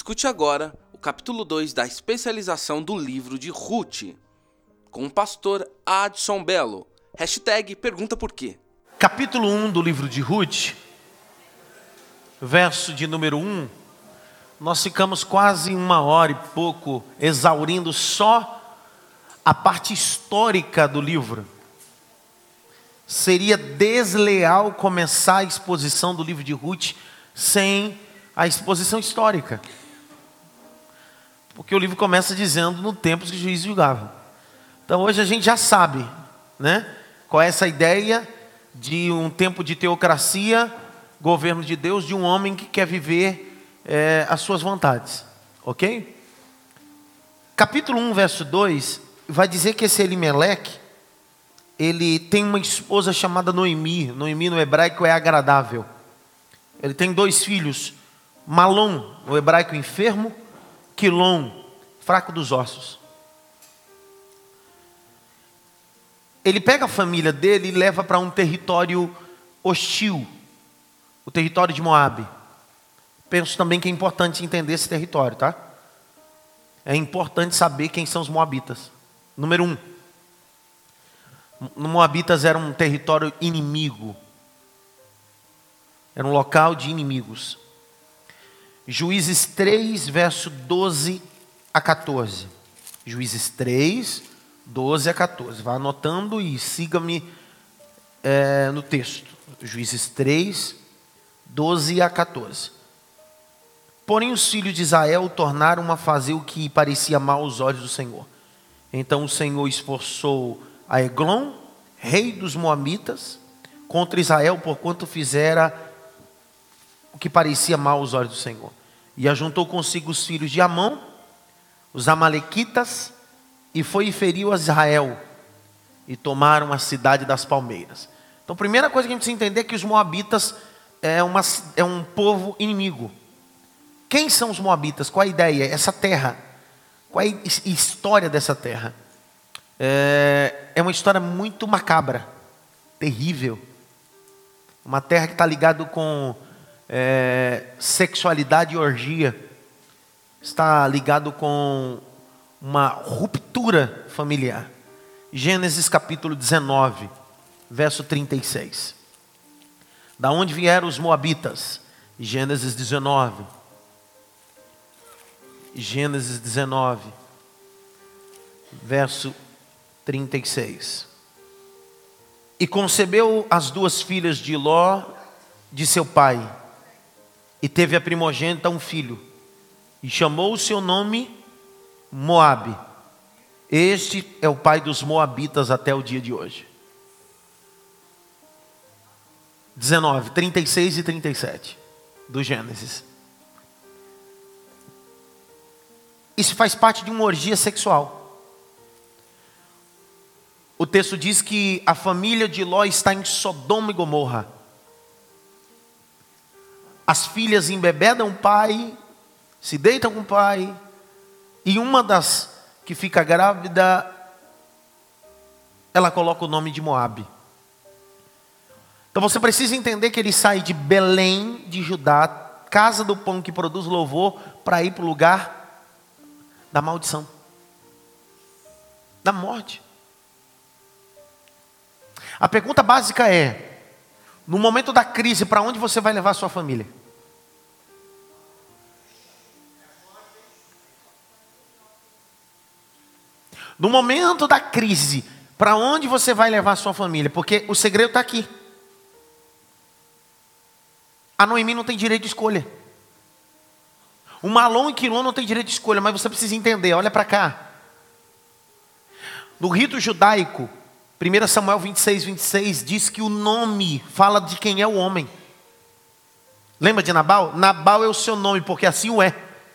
Escute agora o capítulo 2 da especialização do livro de Ruth, com o pastor Adson Belo. #pergunta por quê. Capítulo 1 do livro de Ruth, verso de número 1, nós ficamos quase 1 hora e pouco exaurindo só a parte histórica do livro. Seria desleal começar a exposição do livro de Ruth sem a exposição histórica. Porque o livro começa dizendo no tempo que os juízes julgavam. Então hoje a gente já sabe, né? Qual é essa ideia de um tempo de teocracia, governo de Deus, de um homem que quer viver as suas vontades. Ok? Capítulo 1, verso 2, vai dizer que esse Elimeleque, ele tem uma esposa chamada Noemi. Noemi no hebraico é agradável. Ele tem 2 filhos. Malom, no hebraico enfermo. Quilom, fraco dos ossos. Ele pega a família dele e leva para um território hostil. O território de Moabe. Penso também que é importante entender esse território, tá? É importante saber quem são os moabitas. Número 1. Os moabitas era um território inimigo. Era um local de inimigos. Juízes 3, verso 12 a 14. Juízes 3, 12 a 14. Vá anotando e siga-me no texto. Juízes 3, 12 a 14. Porém os filhos de Israel tornaram a fazer o que parecia mal aos olhos do Senhor. Então o Senhor esforçou a Eglon, rei dos Moabitas, contra Israel, porquanto fizera o que parecia mal aos olhos do Senhor. E ajuntou consigo os filhos de Amon, os amalequitas, e foi e feriu a Israel, e tomaram a cidade das palmeiras. Então a primeira coisa que a gente precisa entender é que os moabitas é um povo inimigo. Quem são os moabitas? Qual a ideia? Essa terra. Qual é a história dessa terra? É uma história muito macabra, terrível. Uma terra que está ligada com sexualidade e orgia. Está ligado com uma ruptura familiar. Gênesis capítulo 19, verso 36. Da onde vieram os moabitas? Gênesis 19. Gênesis 19, verso 36. E concebeu as 2 filhas de Ló, de seu pai, e teve a primogênita um filho, e chamou o seu nome Moabe. Este é o pai dos moabitas até o dia de hoje. 19, 36 e 37 do Gênesis. Isso faz parte de uma orgia sexual. O texto diz que a família de Ló está em Sodoma e Gomorra. As filhas embebedam o pai, se deitam com o pai, e uma das que fica grávida, ela coloca o nome de Moabe. Então você precisa entender que ele sai de Belém, de Judá, casa do pão que produz louvor, para ir para o lugar da maldição, da morte. A pergunta básica é: no momento da crise, para onde você vai levar a sua família? No momento da crise, para onde você vai levar a sua família? Porque o segredo está aqui. A Noemi não tem direito de escolha. O Malom e Quilom não tem direito de escolha, mas você precisa entender, olha para cá. No rito judaico, 1 Samuel 26, 26, diz que o nome fala de quem é o homem. Lembra de Nabal? Nabal é o seu nome, porque assim o é.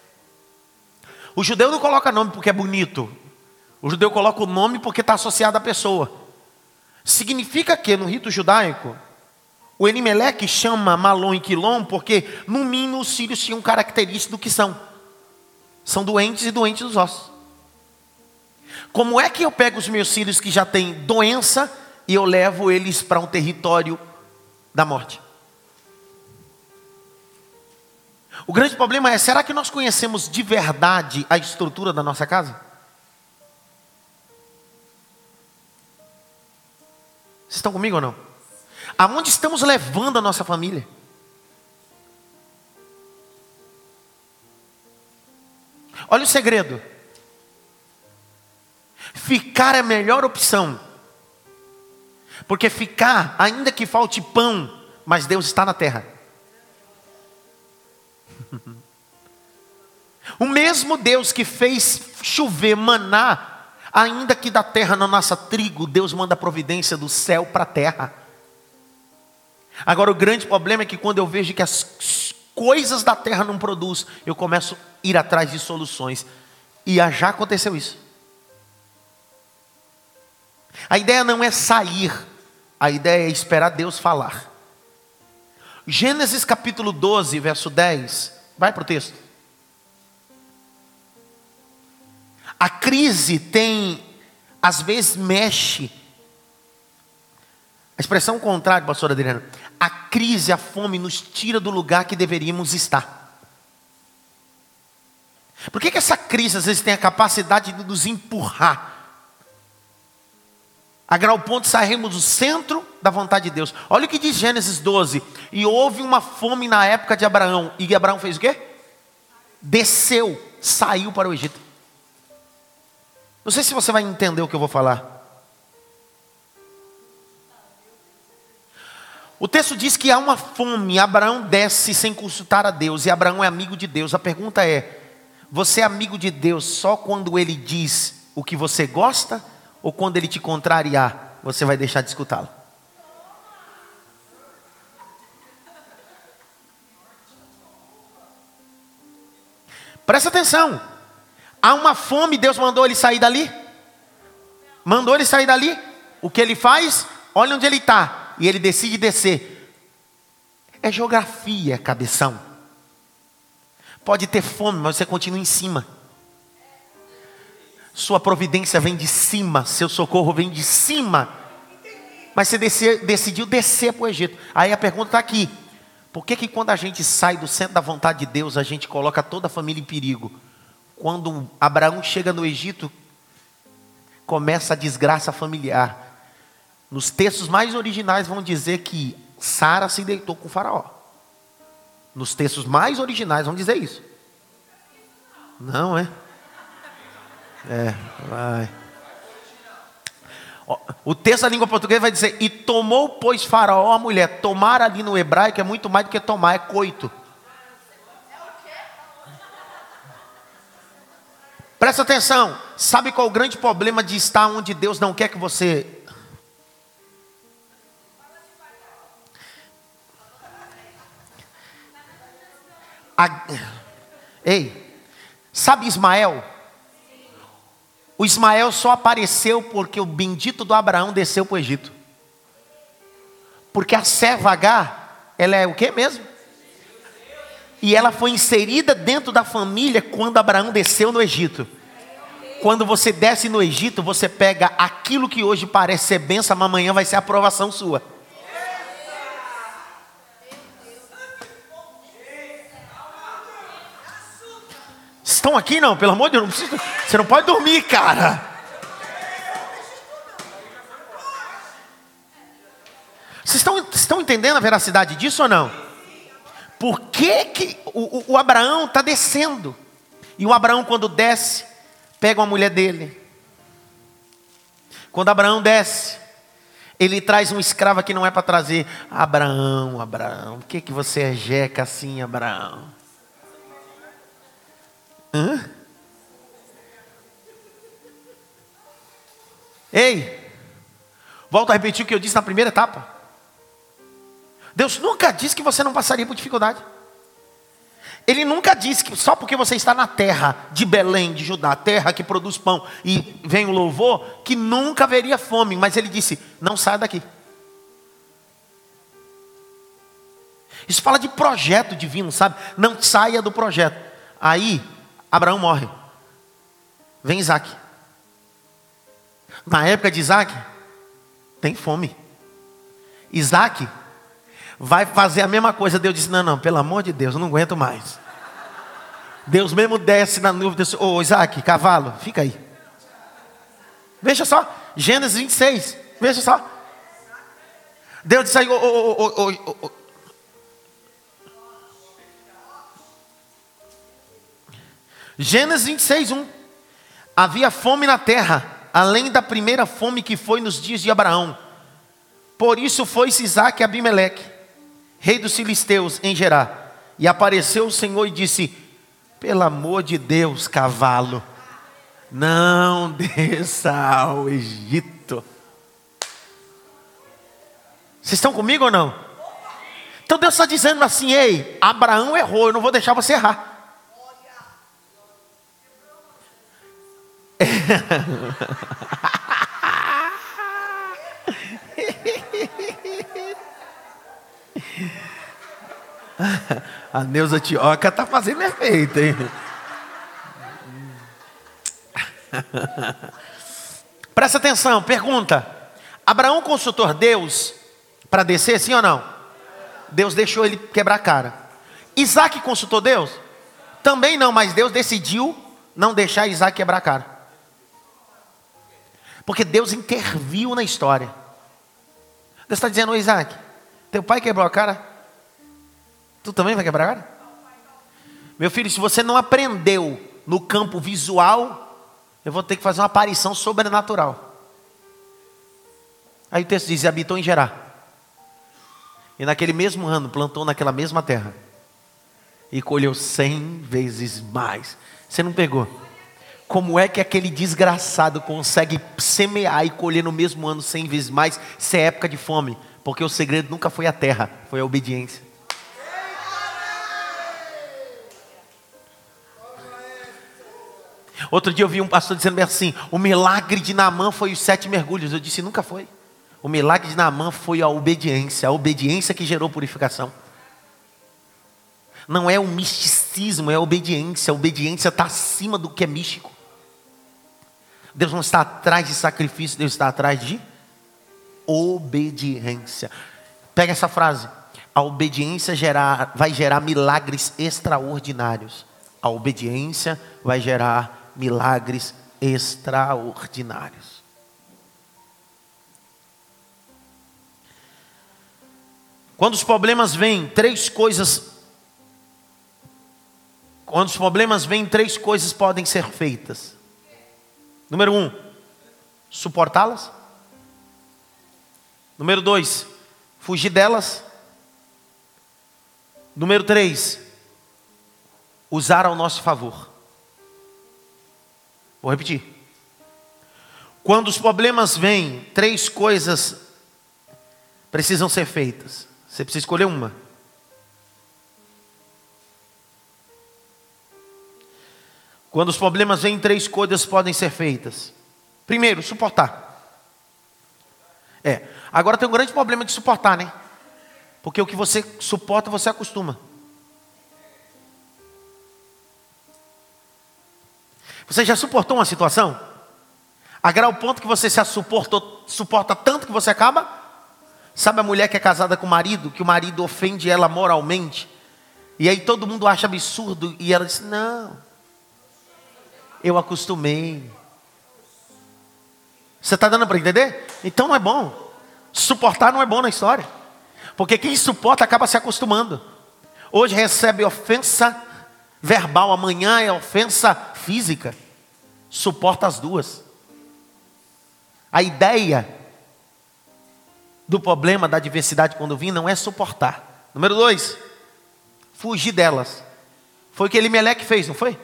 O judeu não coloca nome porque é bonito. O judeu coloca o nome porque está associado à pessoa. Significa que no rito judaico, o Elimeleque chama Malom e Quilom porque, no mínimo, os filhos tinham características do que são. São doentes e doentes dos ossos. Como é que eu pego os meus filhos que já têm doença e eu levo eles para um território da morte? O grande problema é, será que nós conhecemos de verdade a estrutura da nossa casa? Vocês estão comigo ou não? Aonde estamos levando a nossa família? Olha o segredo. Ficar é a melhor opção. Porque ficar, ainda que falte pão, mas Deus está na terra. O mesmo Deus que fez chover maná, ainda que da terra não nasça trigo, Deus manda a providência do céu para a terra. Agora o grande problema é que quando eu vejo que as coisas da terra não produzem, eu começo a ir atrás de soluções. E já aconteceu isso. A ideia não é sair, a ideia é esperar Deus falar. Gênesis capítulo 12, verso 10. Vai para o texto. A crise tem, às vezes mexe. A expressão contrária, pastor Adriano. A crise, a fome nos tira do lugar que deveríamos estar. Por que essa crise às vezes tem a capacidade de nos empurrar a grau ponto de sairmos do centro da vontade de Deus? Olha o que diz Gênesis 12. E houve uma fome na época de Abraão. E Abraão fez o quê? Desceu, saiu para o Egito. Não sei se você vai entender o que eu vou falar. O texto diz que há uma fome. Abraão desce sem consultar a Deus. E Abraão é amigo de Deus. A pergunta é: você é amigo de Deus só quando Ele diz o que você gosta? Ou quando Ele te contrariar, você vai deixar de escutá-lo? Presta atenção. Há uma fome, Deus mandou ele sair dali? Mandou ele sair dali? O que ele faz? Olha onde ele está. E ele decide descer. É geografia, cabeção. Pode ter fome, mas você continua em cima. Sua providência vem de cima, seu socorro vem de cima. Mas você decidiu descer para o Egito. Aí a pergunta está aqui: por que quando a gente sai do centro da vontade de Deus, a gente coloca toda a família em perigo? Quando Abraão chega no Egito, começa a desgraça familiar. Nos textos mais originais vão dizer que Sara se deitou com o faraó. Nos textos mais originais vão dizer isso. Não é? Vai. O texto da língua portuguesa vai dizer: e tomou, pois, faraó a mulher. Tomar ali no hebraico é muito mais do que tomar, é coito. Presta atenção. Sabe qual é o grande problema de estar onde Deus não quer que você... Ei, sabe Ismael? O Ismael só apareceu porque o bendito do Abraão desceu para o Egito. Porque a serva Agar, ela é o que mesmo? E ela foi inserida dentro da família quando Abraão desceu no Egito. Quando você desce no Egito, você pega aquilo que hoje parece ser bênção, mas amanhã vai ser aprovação sua. Estão aqui não? Pelo amor de Deus, você não pode dormir, cara. Vocês estão entendendo a veracidade disso ou não? Por que o Abraão está descendo? E o Abraão, quando desce, pega uma mulher dele. Quando Abraão desce, ele traz um escravo que não é para trazer. Abraão, por que você é jeca assim, Abraão? Hã? Ei, volto a repetir o que eu disse na primeira etapa. Deus nunca disse que você não passaria por dificuldade. Ele nunca disse que só porque você está na terra de Belém, de Judá, terra que produz pão, e vem o louvor, que nunca haveria fome. Mas ele disse: não saia daqui. Isso fala de projeto divino, sabe? Não saia do projeto. Aí Abraão morre. Vem Isaac. Na época de Isaac, tem fome. Isaac vai fazer a mesma coisa. Deus disse: não, pelo amor de Deus, eu não aguento mais. Deus mesmo desce na nuvem e diz: ô Isaac, cavalo, fica aí. Veja só, Gênesis 26, veja só. Deus disse aí: Gênesis 26, 1. Havia fome na terra, além da primeira fome que foi nos dias de Abraão. Por isso foi-se Isaque a Abimeleque, rei dos filisteus, em Gerar. E apareceu o Senhor e disse: pelo amor de Deus, cavalo, não desça ao Egito. Vocês estão comigo ou não? Então Deus está dizendo assim: ei, Abraão errou, eu não vou deixar você errar. A Neuza Tioca está fazendo efeito, hein? Presta atenção, pergunta: Abraão consultou Deus para descer, sim ou não? Deus deixou ele quebrar a cara. Isaac consultou Deus? Também não, mas Deus decidiu não deixar Isaac quebrar a cara. Porque Deus interviu na história. Deus está dizendo: ô Isaac, teu pai quebrou a cara, tu também vai quebrar a cara? Meu filho, se você não aprendeu no campo visual, eu vou ter que fazer uma aparição sobrenatural. Aí o texto diz: e habitou em Gerar. E naquele mesmo ano plantou naquela mesma terra e colheu 100 vezes mais. Você não pegou? Como é que aquele desgraçado consegue semear e colher no mesmo ano 100 vezes mais, se é época de fome? Porque o segredo nunca foi a terra, foi a obediência. Outro dia eu vi um pastor dizendo assim: o milagre de Naamã foi os 7 mergulhos. Eu disse: nunca foi. O milagre de Naamã foi a obediência que gerou purificação. Não é o misticismo, é a obediência. A obediência está acima do que é místico. Deus não está atrás de sacrifício, Deus está atrás de obediência. Pega essa frase: a obediência vai gerar milagres extraordinários. A obediência vai gerar milagres extraordinários. Quando os problemas vêm, três coisas podem ser feitas. Número 1, suportá-las. Número 2, fugir delas. Número 3, usar ao nosso favor. Vou repetir. Quando os problemas vêm, 3 coisas precisam ser feitas. Você precisa escolher uma. Quando os problemas vêm, 3 coisas podem ser feitas. Primeiro, suportar. Agora tem um grande problema de suportar, né? Porque o que você suporta, você acostuma. Você já suportou uma situação? A grau ponto que você se suporta tanto que você acaba? Sabe a mulher que é casada com o marido, que o marido ofende ela moralmente? E aí todo mundo acha absurdo e ela diz: não, eu acostumei. Você está dando para entender? Então não é bom. Suportar não é bom na história. Porque quem suporta acaba se acostumando. Hoje recebe ofensa verbal, amanhã é ofensa física. Suporta as duas. A ideia do problema, da adversidade quando vir, não é suportar. Número 2, fugir delas. Foi o que Elimeleque fez, não foi?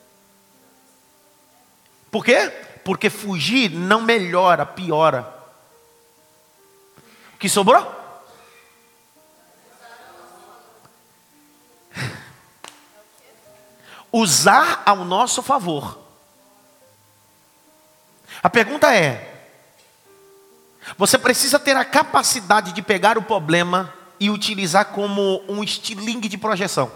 Por quê? Porque fugir não melhora, piora. O que sobrou? Usar ao nosso favor. A pergunta é: você precisa ter a capacidade de pegar o problema e utilizar como um estilingue de projeção.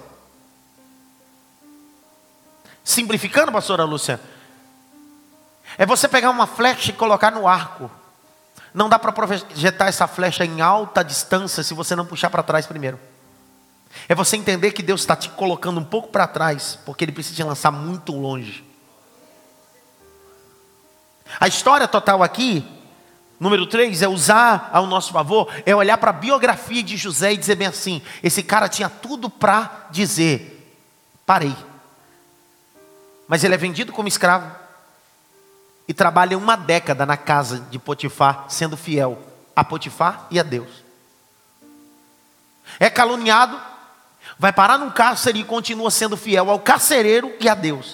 Simplificando, pastora Lúcia, é você pegar uma flecha e colocar no arco. Não dá para projetar essa flecha em alta distância se você não puxar para trás primeiro. É você entender que Deus está te colocando um pouco para trás, porque Ele precisa te lançar muito longe. A história total aqui, número 3, é usar ao nosso favor, é olhar para a biografia de José e dizer bem assim: esse cara tinha tudo para dizer, parei. Mas ele é vendido como escravo e trabalha 1 década na casa de Potifar, sendo fiel a Potifar e a Deus. É caluniado, vai parar num cárcere e continua sendo fiel ao carcereiro e a Deus.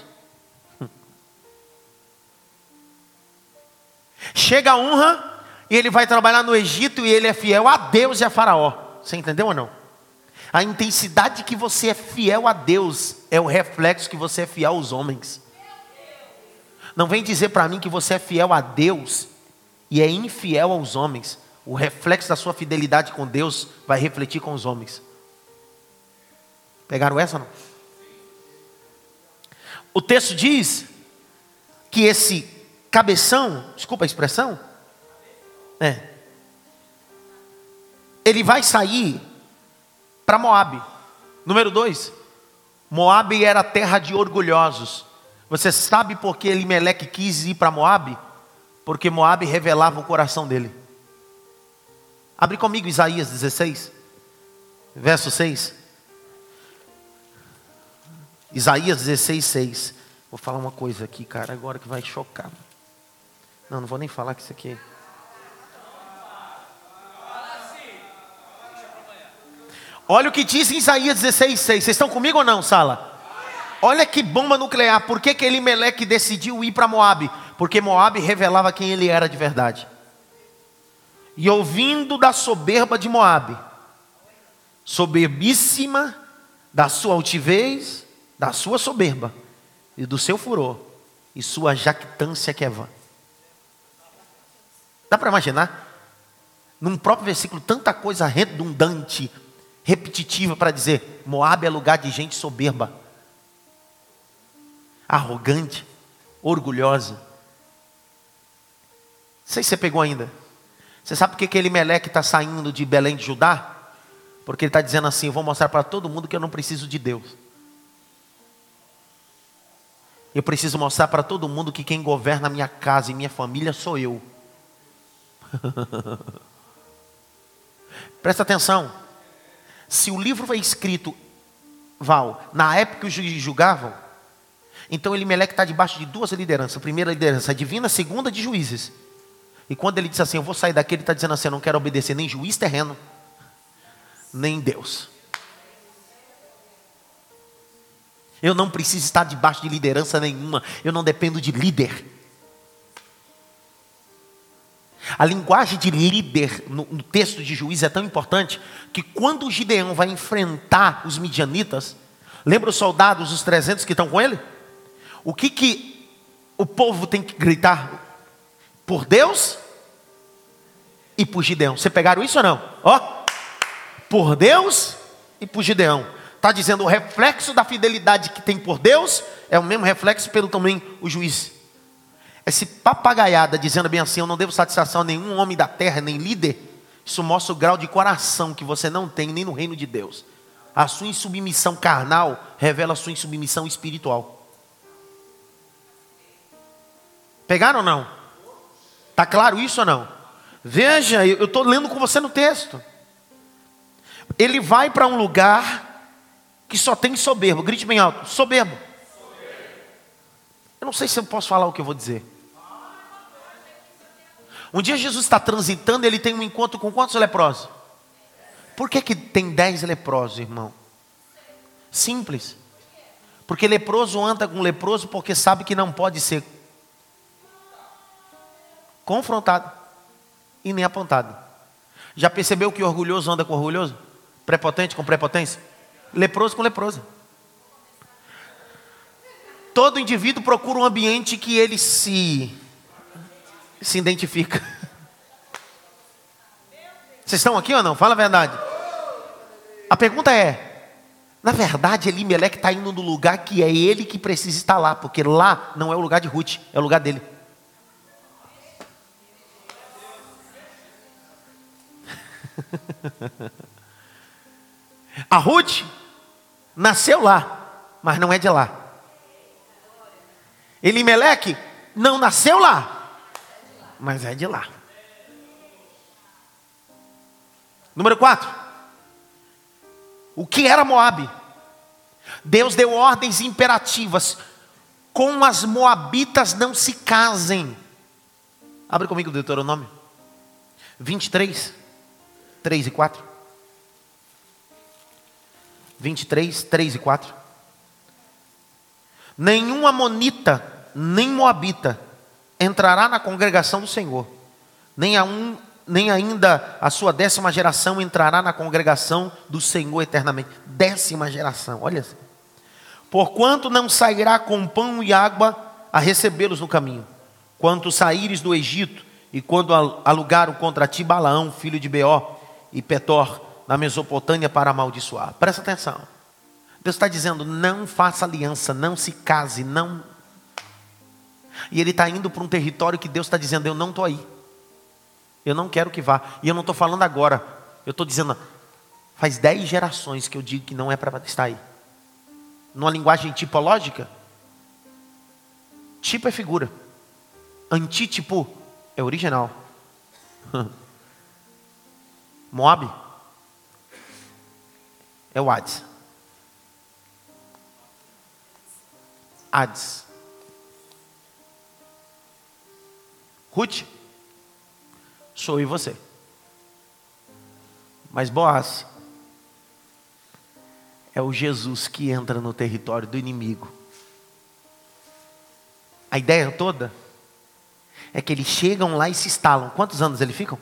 Chega a honra e ele vai trabalhar no Egito e ele é fiel a Deus e a Faraó. Você entendeu ou não? A intensidade que você é fiel a Deus é o reflexo que você é fiel aos homens. Não vem dizer para mim que você é fiel a Deus e é infiel aos homens. O reflexo da sua fidelidade com Deus vai refletir com os homens. Pegaram essa ou não? O texto diz que esse cabeção, desculpa a expressão, ele vai sair para Moabe. Número 2, Moabe era terra de orgulhosos. Você sabe por que Elimeleque quis ir para Moabe? Porque Moabe revelava o coração dele. Abre comigo Isaías 16, verso 6. Isaías 16, 6. Vou falar uma coisa aqui, cara, agora que vai chocar. Não vou nem falar que isso aqui... Olha o que diz em Isaías 16, 6. Vocês estão comigo ou não, sala? Olha que bomba nuclear. Por que Elimeleque decidiu ir para Moabe? Porque Moabe revelava quem ele era de verdade. E ouvindo da soberba de Moabe, soberbíssima, da sua altivez, da sua soberba, e do seu furor, e sua jactância que é vã. Dá para imaginar? Num próprio versículo, tanta coisa redundante, repetitiva para dizer: Moabe é lugar de gente soberba, arrogante, orgulhosa. Não sei se você pegou ainda. Você sabe por que Elimeleque está saindo de Belém de Judá? Porque ele está dizendo assim: eu vou mostrar para todo mundo que eu não preciso de Deus. Eu preciso mostrar para todo mundo que quem governa a minha casa e minha família sou eu. Presta atenção. Se o livro foi escrito, Val, na época que os juízes julgavam, então Elimeleque está debaixo de 2 lideranças. A primeira liderança divina, a segunda de juízes. E quando ele diz assim: eu vou sair daqui, ele está dizendo assim: eu não quero obedecer nem juiz terreno, nem Deus. Eu não preciso estar debaixo de liderança nenhuma. Eu não dependo de líder. A linguagem de líder no texto de Juízes é tão importante que quando o Gideão vai enfrentar os midianitas, lembra os soldados, os 300 que estão com ele? O que o povo tem que gritar? Por Deus e por Gideão. Você pegaram isso ou não? Por Deus e por Gideão. Está dizendo o reflexo da fidelidade que tem por Deus é o mesmo reflexo pelo também o juiz. Esse papagaiada dizendo bem assim: eu não devo satisfação a nenhum homem da terra, nem líder. Isso mostra o grau de coração que você não tem nem no reino de Deus. A sua insubmissão carnal revela a sua insubmissão espiritual. Pegaram ou não? Está claro isso ou não? Veja, eu estou lendo com você no texto. Ele vai para um lugar que só tem soberbo. Grite bem alto: soberbo. Eu não sei se eu posso falar o que eu vou dizer. Um dia Jesus está transitando e ele tem um encontro com quantos leprosos? Por que tem 10 leprosos, irmão? Simples. Porque leproso anda com leproso porque sabe que não pode ser confrontado e nem apontado. Já percebeu que orgulhoso anda com orgulhoso? Prepotente com prepotência? Leproso com leproso. Todo indivíduo procura um ambiente que ele se identifica. Vocês estão aqui ou não? Fala a verdade. A pergunta é: na verdade Elimeleque está indo no lugar que é ele que precisa estar lá, porque lá não é o lugar de Ruth, é o lugar dele. A Ruth nasceu lá, mas não é de lá. Elimeleque não nasceu lá, mas é de lá. Número 4. O que era Moabe? Deus deu ordens imperativas. Com as moabitas não se casem. Abre comigo o Deuteronômio 23, 3 e 4. 23, 3 e 4. Nenhum amonita, nem moabita entrará na congregação do Senhor, nem ainda a sua 10ª geração entrará na congregação do Senhor eternamente. 10ª geração, olha assim. Porquanto não sairá com pão e água a recebê-los no caminho, quando saíres do Egito, e quando alugaram contra ti Balaão, filho de Beor, e Petor, na Mesopotâmia, para amaldiçoar. Presta atenção. Deus está dizendo, não faça aliança, não se case, não. E ele está indo para um território que Deus está dizendo, eu não estou aí. Eu não quero que vá. E eu não estou falando agora. Eu estou dizendo, faz 10 gerações que eu digo que não é para estar aí. Numa linguagem tipológica, tipo é figura, antítipo é original. Moabe é o Hades. Hades. Ruth, sou eu e você. Mas Boaz é o Jesus que entra no território do inimigo. A ideia toda é que eles chegam lá e se instalam. Quantos anos eles ficam?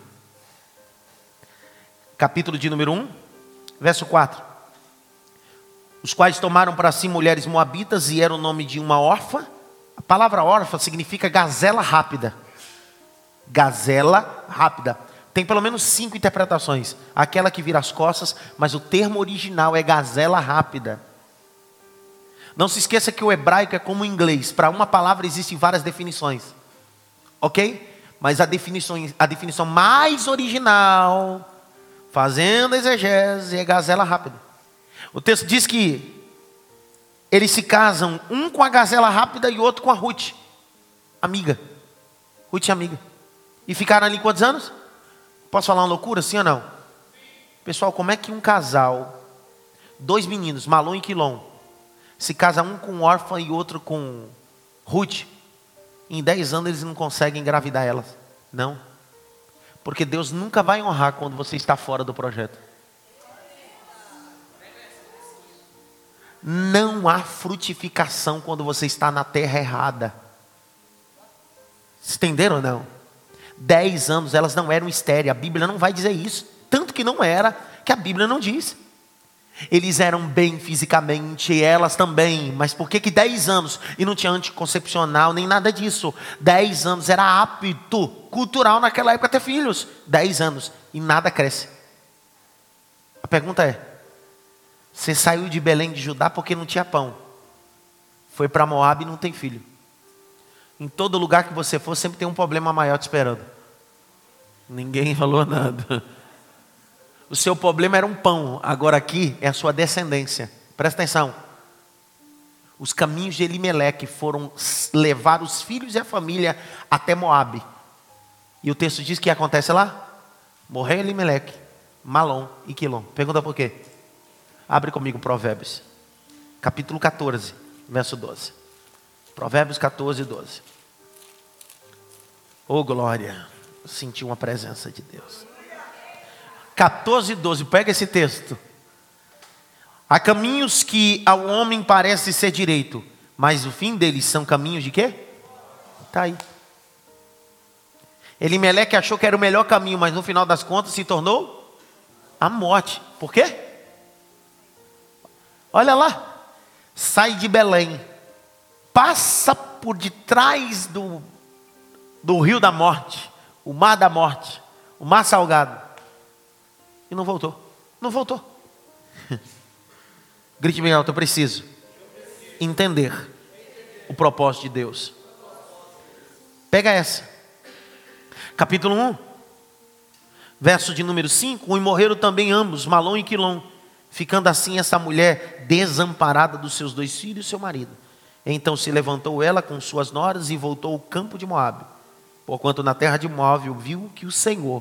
Capítulo de número 1, verso 4. Os quais tomaram para si mulheres moabitas e era o nome de uma órfã. A palavra órfã significa gazela rápida. Gazela rápida. Tem pelo menos 5 interpretações. Aquela que vira as costas, mas o termo original é gazela rápida. Não se esqueça que o hebraico é como o inglês. Para uma palavra existem várias definições. Ok? Mas a definição mais original, fazendo exegese, é gazela rápida. O texto diz que eles se casam, um com a gazela rápida e outro com a Ruth, amiga. Ruth amiga. E ficaram ali quantos anos? Posso falar uma loucura, sim ou não? Pessoal, como é que um casal, 2 meninos, Malom e Quilom, se casa um com órfã e outro com Ruth, em 10 anos eles não conseguem engravidar elas? Não. Porque Deus nunca vai honrar quando você está fora do projeto. Não há frutificação quando você está na terra errada. Vocês entenderam ou não? 10 anos elas não eram estéreis. A Bíblia não vai dizer isso. Tanto que não era, que a Bíblia não diz. Eles eram bem fisicamente, elas também. Mas por que 10 anos? E não tinha anticoncepcional, nem nada disso. 10 anos era apto, cultural naquela época ter filhos. 10 anos e nada cresce. A pergunta é, você saiu de Belém de Judá porque não tinha pão. Foi para Moabe e não tem filho. Em todo lugar que você for, sempre tem um problema maior te esperando. Ninguém falou nada. O seu problema era um pão, agora aqui é a sua descendência. Presta atenção. Os caminhos de Elimeleque foram levar os filhos e a família até Moabe. E o texto diz que acontece lá? Morreu Elimeleque, Malom e Quilom. Pergunta por quê? Abre comigo Provérbios, capítulo 14, verso 12. Provérbios 14, 12. Oh glória, eu senti uma presença de Deus. 14, 12, pega esse texto. Há caminhos que ao homem parece ser direito, mas o fim deles são caminhos de quê? Está aí. Elimeleque achou que era o melhor caminho, mas no final das contas se tornou a morte. Por quê? Olha lá, sai de Belém, passa por detrás do rio da morte, o mar da morte, o mar salgado, e não voltou. Não voltou. Grite bem alto, eu preciso entender o propósito de Deus. Pega essa. Capítulo 1, verso de número 5. E morreram também ambos, Malom e Quilom, ficando assim essa mulher desamparada dos seus 2 filhos e seu marido. Então se levantou ela com suas noras e voltou ao campo de Moabe. Porquanto na terra de Moabe ouviu que o Senhor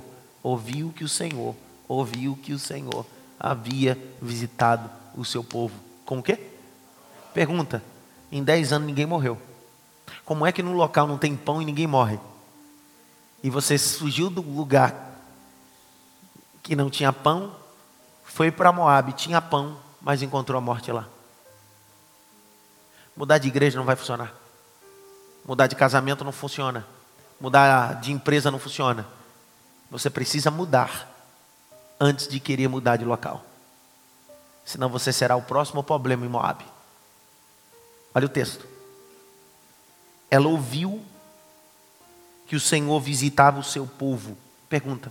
havia visitado o seu povo. Com o quê? Pergunta. Em 10 anos ninguém morreu. Como é que num local não tem pão e ninguém morre? E você fugiu do lugar que não tinha pão, foi para Moabe, tinha pão, mas encontrou a morte lá. Mudar de igreja não vai funcionar. Mudar de casamento não funciona. Mudar de empresa não funciona. Você precisa mudar antes de querer mudar de local. Senão você será o próximo problema em Moabe. Olha o texto. Ela ouviu que o Senhor visitava o seu povo. Pergunta.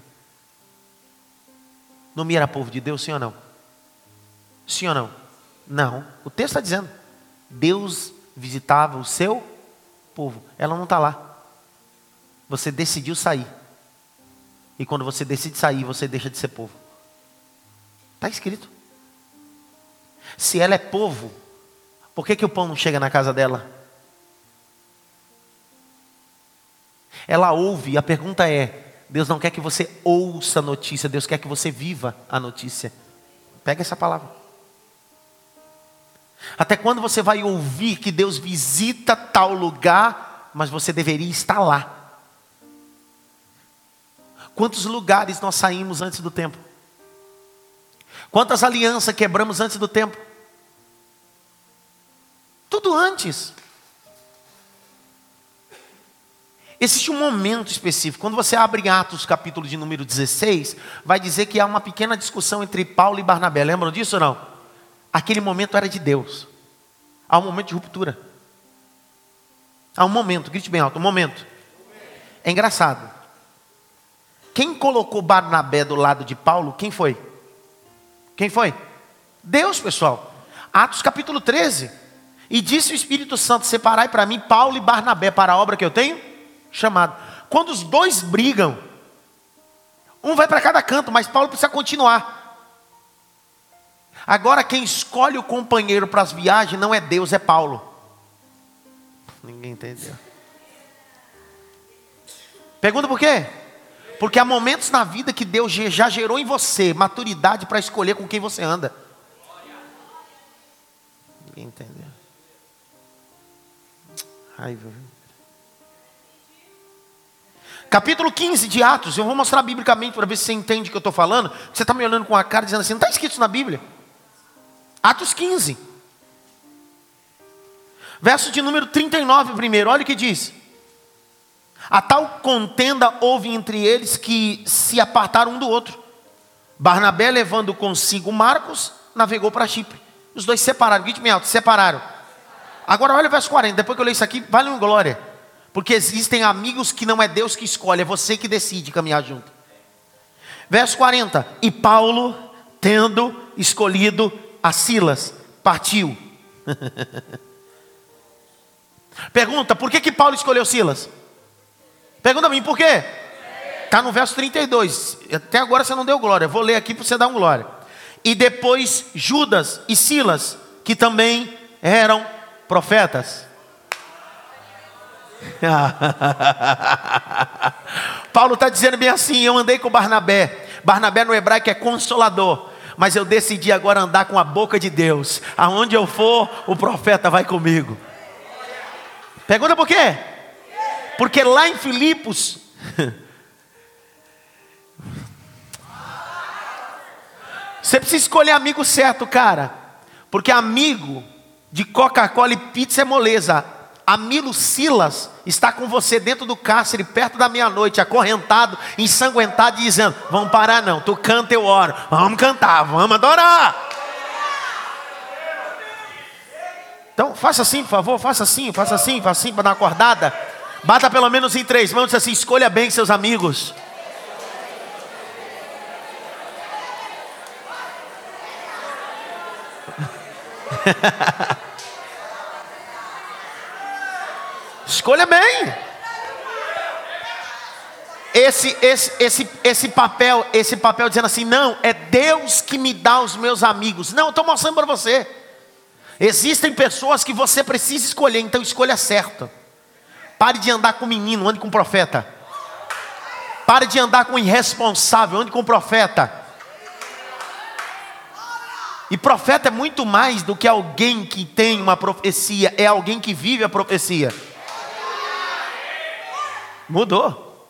Noemi era povo de Deus, sim ou não? Sim ou não? Não. O texto está dizendo. Deus visitava o seu povo. Ela não está lá. Você decidiu sair. E quando você decide sair, você deixa de ser povo. Está escrito. Se ela é povo, por que o pão não chega na casa dela? Ela ouve, a pergunta é, Deus não quer que você ouça a notícia, Deus quer que você viva a notícia. Pega essa palavra. Até quando você vai ouvir que Deus visita tal lugar, mas você deveria estar lá? Quantos lugares nós saímos antes do tempo? Quantas alianças quebramos antes do tempo? Tudo antes. Existe um momento específico. Quando você abre Atos, capítulo de número 16, vai dizer que há uma pequena discussão entre Paulo e Barnabé. Lembram disso ou não? Aquele momento era de Deus. Há um momento de ruptura. Há um momento, grite bem alto, um momento. É engraçado. Quem colocou Barnabé do lado de Paulo, quem foi? Quem foi? Deus, pessoal. Atos capítulo 13. E disse o Espírito Santo, separai para mim Paulo e Barnabé para a obra que eu tenho chamado. Quando os dois brigam, um vai para cada canto, mas Paulo precisa continuar. Agora quem escolhe o companheiro para as viagens não é Deus, é Paulo. Ninguém entendeu. Pergunta por quê? Porque há momentos na vida que Deus já gerou em você maturidade para escolher com quem você anda. Ninguém entendeu. Raiva. Capítulo 15 de Atos. Eu vou mostrar biblicamente para ver se você entende o que eu estou falando. Você está me olhando com a cara dizendo assim, não está escrito isso na Bíblia? Atos 15. Verso de número 39 primeiro. Olha o que diz. A tal contenda houve entre eles que se apartaram um do outro. Barnabé, levando consigo Marcos, navegou para Chipre. Os dois separaram, grite bem alto, separaram. Agora olha o verso 40, depois que eu leio isso aqui, vale uma glória. Porque existem amigos que não é Deus que escolhe, é você que decide caminhar junto. Verso 40, e Paulo, tendo escolhido a Silas, partiu. Pergunta, por que Paulo escolheu Silas? Pergunta a mim, por quê? Está no verso 32. Até agora você não deu glória. Vou ler aqui para você dar uma glória. E depois Judas e Silas, que também eram profetas. Paulo está dizendo bem assim, eu andei com Barnabé. Barnabé no hebraico é consolador. Mas eu decidi agora andar com a boca de Deus. Aonde eu for, o profeta vai comigo. Pergunta por quê? Porque lá em Filipos, você precisa escolher amigo certo, cara. Porque amigo de Coca-Cola e pizza é moleza. Amigo Silas está com você dentro do cárcere, perto da meia-noite, acorrentado, ensanguentado, dizendo, vamos parar não, tu canta, eu oro. Vamos cantar, vamos adorar. Então faça assim, por favor, faça assim para dar uma acordada. Bata pelo menos em 3 mãos e diz assim, escolha bem seus amigos. Escolha bem. esse papel dizendo assim, não, é Deus que me dá os meus amigos. Não, eu estou mostrando para você. Existem pessoas que você precisa escolher, então escolha certo. Pare de andar com menino, ande com profeta. Pare de andar com irresponsável, ande com profeta. E profeta é muito mais do que alguém que tem uma profecia, é alguém que vive a profecia. Mudou.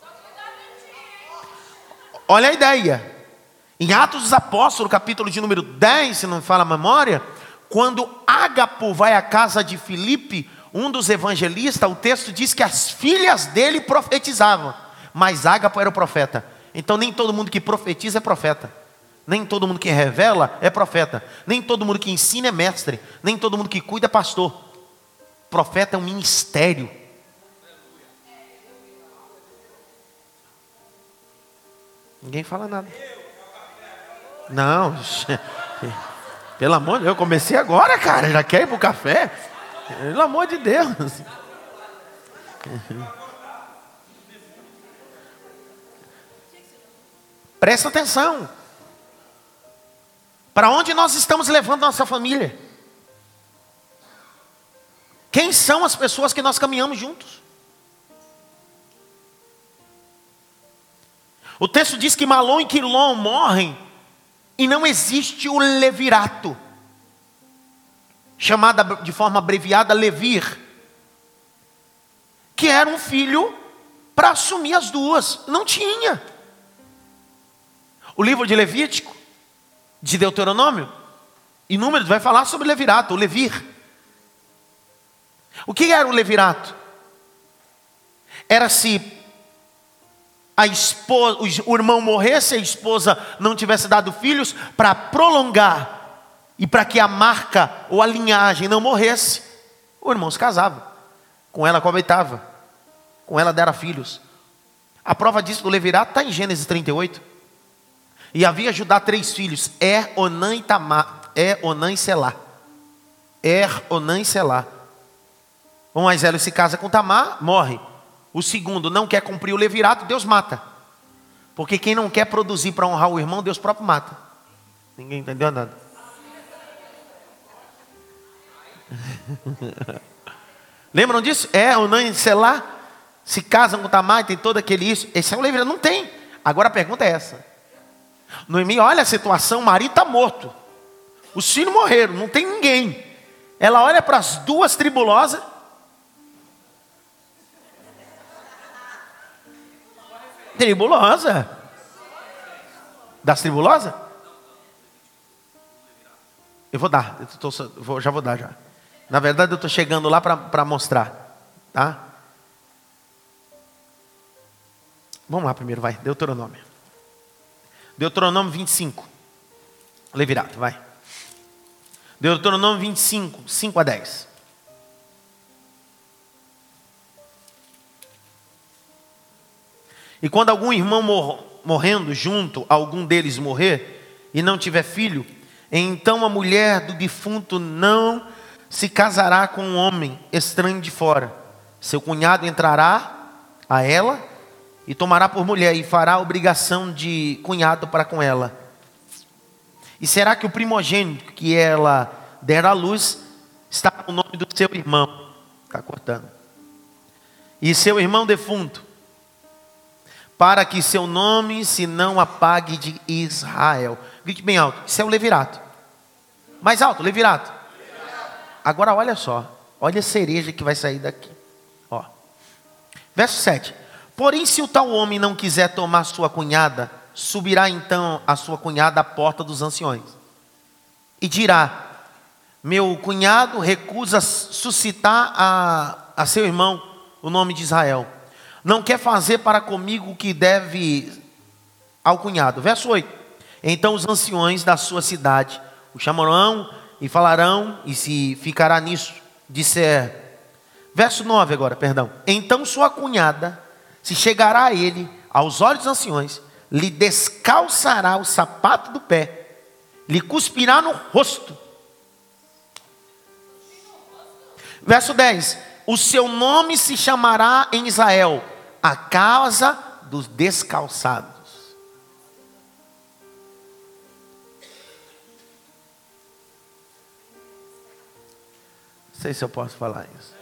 Olha a ideia. Em Atos dos Apóstolos, capítulo de número 10, se não me fala a memória, quando Ágapo vai à casa de Filipe, um dos evangelistas, o texto diz que as filhas dele profetizavam, mas Ágapo era o profeta. Então nem todo mundo que profetiza é profeta. Nem todo mundo que revela é profeta. Nem todo mundo que ensina é mestre. Nem todo mundo que cuida é pastor. Profeta é um ministério. Ninguém fala nada. Não, pelo amor de Deus, eu comecei agora, cara. Já quer ir pro café? Pelo amor de Deus. Presta atenção. Para onde nós estamos levando nossa família? Quem são as pessoas que nós caminhamos juntos? O texto diz que Malom e Quilom morrem e não existe o levirato, chamada de forma abreviada Levir, que era um filho para assumir as duas. Não tinha. O livro de Levítico, de Deuteronômio e Números vai falar sobre o levirato, o levir. O que era o levirato? Era se a esposa, o irmão morresse, a esposa não tivesse dado filhos, para prolongar e para que a marca ou a linhagem não morresse, o irmão se casava, com ela coabitava, com ela dera filhos. A prova disso do levirato está em Gênesis 38. E havia Judá 3 filhos, Onã e Tamar, Onã e Selá. Onã e Selá. O mais velho se casa com Tamar, morre. O segundo não quer cumprir o levirato, Deus mata. Porque quem não quer produzir para honrar o irmão, Deus próprio mata. Ninguém entendeu nada. Lembram disso? Onã e Selá se casam com Tamar e tem todo aquele isso. Esse é o levirato, não tem. Agora a pergunta é essa. Noemi, olha a situação, o marido está morto, os filhos morreram, não tem ninguém. Ela olha para as duas tribulosas. Tribulosa? Das tribulosas? Eu vou dar, já vou dar já. Na verdade eu estou chegando lá para mostrar, tá? Vamos lá primeiro, vai, Deuteronômio. Deuteronômio 25. Levirato, vai. Deuteronômio 25, 5 a 10. E quando algum irmão morrendo junto, algum deles morrer, e não tiver filho, então a mulher do defunto não se casará com um homem estranho de fora. Seu cunhado entrará a ela e tomará por mulher, e fará obrigação de cunhado para com ela. E será que o primogênito que ela der à luz está no nome do seu irmão? Está cortando. E seu irmão defunto, para que seu nome se não apague de Israel. Grite bem alto, isso é o levirato. Mais alto, levirato. Agora olha só, olha a cereja que vai sair daqui. Ó. Verso 7. Porém, se o tal homem não quiser tomar sua cunhada, subirá então a sua cunhada à porta dos anciões e dirá: meu cunhado recusa suscitar a seu irmão o nome de Israel. Não quer fazer para comigo o que deve ao cunhado. Verso 8. Então os anciões da sua cidade o chamarão e falarão, e se ficará nisso, disser. Verso 9 agora, perdão. Então sua cunhada se chegará a ele, aos olhos dos anciões, lhe descalçará o sapato do pé, lhe cuspirá no rosto. Verso 10. O seu nome se chamará em Israel a casa dos descalçados. Não sei se eu posso falar isso.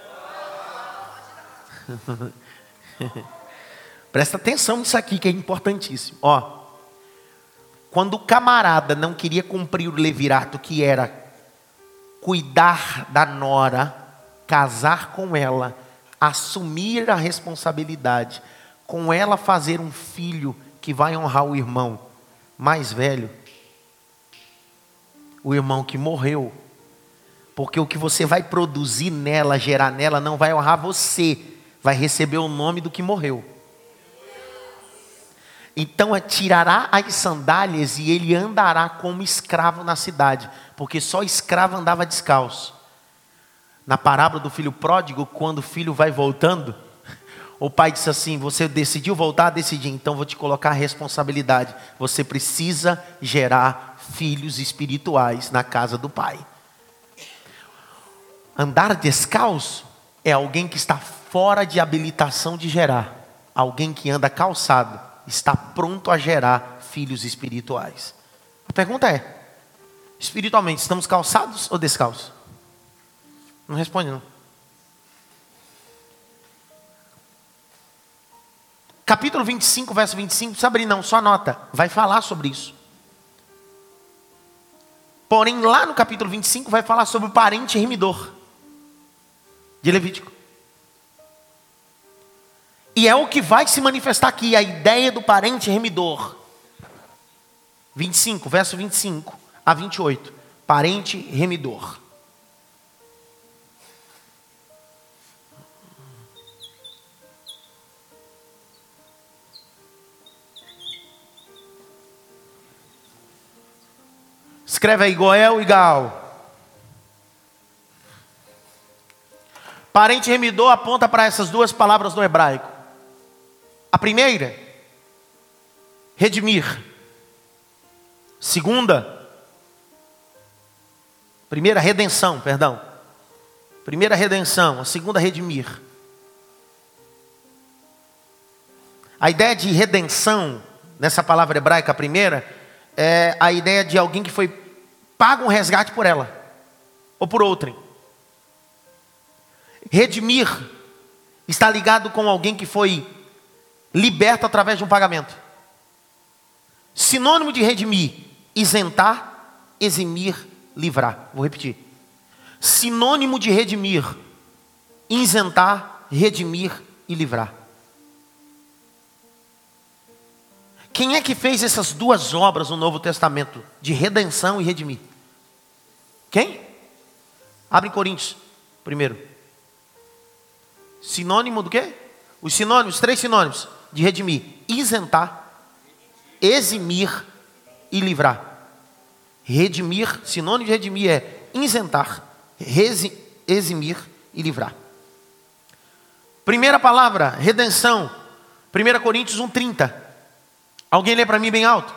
Presta atenção nisso aqui que é importantíssimo. Ó, quando o camarada não queria cumprir o levirato, que era cuidar da nora, casar com ela, assumir a responsabilidade, com ela fazer um filho que vai honrar o irmão mais velho, o irmão que morreu, porque o que você vai produzir nela, gerar nela, não vai honrar você, vai receber o nome do que morreu. Então tirará as sandálias e ele andará como escravo na cidade, porque só escravo andava descalço. Na parábola do filho pródigo, quando o filho vai voltando, o pai disse assim: você decidiu voltar? Decidi, então vou te colocar a responsabilidade. Você precisa gerar filhos espirituais na casa do pai. Andar descalço é alguém que está fora de habilitação de gerar. Alguém que anda calçado está pronto a gerar filhos espirituais. A pergunta é: espiritualmente estamos calçados ou descalços? Não responde não. Capítulo 25, verso 25, sabe não, só anota, vai falar sobre isso. Porém lá no capítulo 25 vai falar sobre o parente remidor de Levítico. E é o que vai se manifestar aqui, a ideia do parente remidor. 25, verso 25 a 28. Parente remidor. Escreve aí, Goel e Gal. Parente remidor aponta para essas duas palavras no hebraico. A primeira, redimir. Primeira, redenção, perdão. Primeira, redenção. A segunda, redimir. A ideia de redenção, nessa palavra hebraica, a primeira, é a ideia de alguém que foi pago um resgate por ela, ou por outrem. Redimir está ligado com alguém que foi liberto através de um pagamento. Sinônimo de redimir: isentar, eximir, livrar. Vou repetir. Sinônimo de redimir: isentar, redimir e livrar. Quem é que fez essas duas obras no Novo Testamento, de redenção e redimir? Quem? Abre em Coríntios, primeiro. Sinônimo do quê? Os sinônimos, 3 sinônimos de redimir: isentar, eximir e livrar. Redimir, sinônimo de redimir é isentar, eximir e livrar. Primeira palavra, redenção, 1 Coríntios 1:30. Alguém lê para mim bem alto?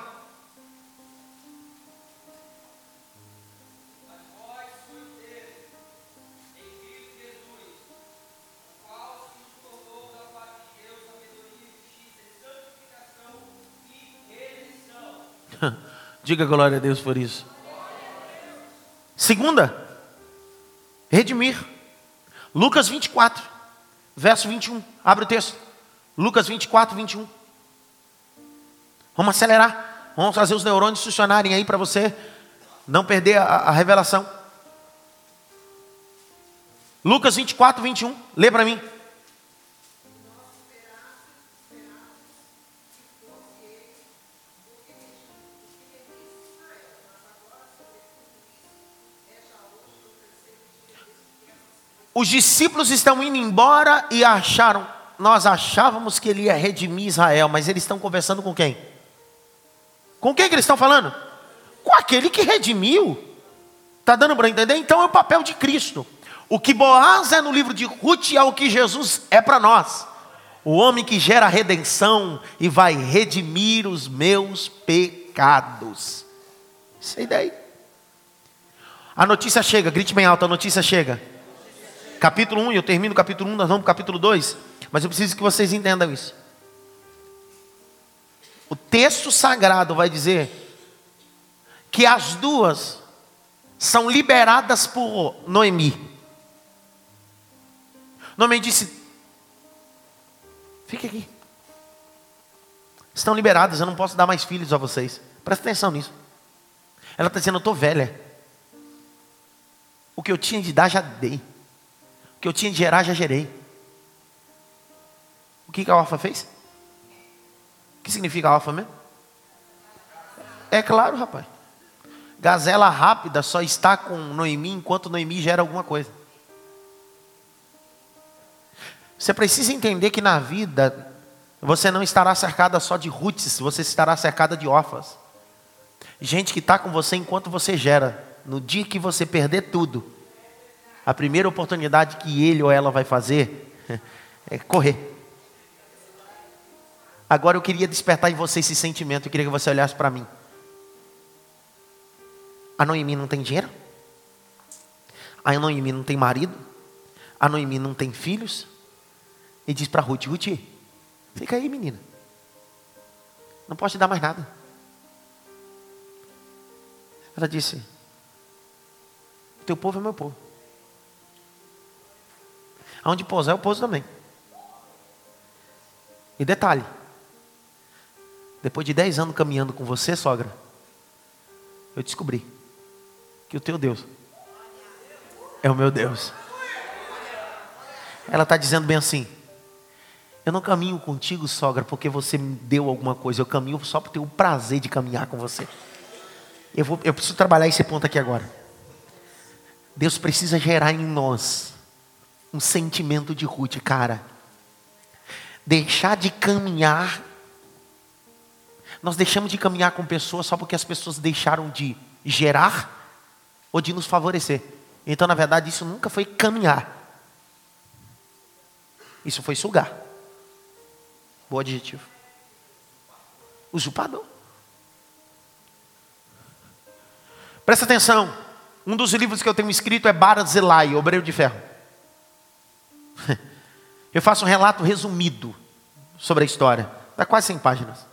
Diga glória a Deus por isso. Segunda, redimir. Lucas 24, verso 21. Abre o texto. Lucas 24, 21. Vamos acelerar. Vamos fazer os neurônios funcionarem aí para você não perder a revelação. Lucas 24, 21. Lê para mim. Os discípulos estão indo embora e nós achávamos que ele ia redimir Israel, mas eles estão conversando com quem? Com quem que eles estão falando? Com aquele que redimiu. Está dando para entender? Então é o papel de Cristo. O que Boaz é no livro de Ruth é o que Jesus é para nós. O homem que gera redenção e vai redimir os meus pecados. Isso é a ideia. A notícia chega, grite bem alto, a notícia chega. Capítulo 1, eu termino o capítulo 1, nós vamos para o capítulo 2. Mas eu preciso que vocês entendam isso. O texto sagrado vai dizer que as duas são liberadas por Noemi. Noemi disse: fique aqui. Estão liberadas, eu não posso dar mais filhos a vocês. Presta atenção nisso. Ela está dizendo: eu estou velha. O que eu tinha de dar já dei. O que eu tinha de gerar já gerei. O que a órfã fez? O que significa a órfã mesmo? É claro, rapaz. Gazela rápida só está com Noemi enquanto Noemi gera alguma coisa. Você precisa entender que na vida você não estará cercada só de Ruths, você estará cercada de órfãs. Gente que está com você enquanto você gera. No dia que você perder tudo, a primeira oportunidade que ele ou ela vai fazer é correr. Agora eu queria despertar em você esse sentimento. Eu queria que você olhasse para mim. A Noemi não tem dinheiro? A Noemi não tem marido? A Noemi não tem filhos? E diz para Ruth: Ruth, fica aí, menina. Não posso te dar mais nada. Ela disse: teu povo é meu povo. Aonde pousar eu pouso também. E detalhe: depois de 10 anos caminhando com você, sogra, eu descobri que o teu Deus é o meu Deus. Ela está dizendo bem assim: eu não caminho contigo, sogra, porque você me deu alguma coisa. Eu caminho só por ter o prazer de caminhar com você. Eu preciso trabalhar esse ponto aqui agora. Deus precisa gerar em nós um sentimento de Ruth, cara. Deixar de caminhar. Nós deixamos de caminhar com pessoas só porque as pessoas deixaram de gerar ou de nos favorecer. Então, na verdade, isso nunca foi caminhar. Isso foi sugar. Bom adjetivo. Usurpador. Presta atenção. Um dos livros que eu tenho escrito é Barzilai, Obreiro de Ferro. Eu faço um relato resumido sobre a história. Dá quase 100 páginas.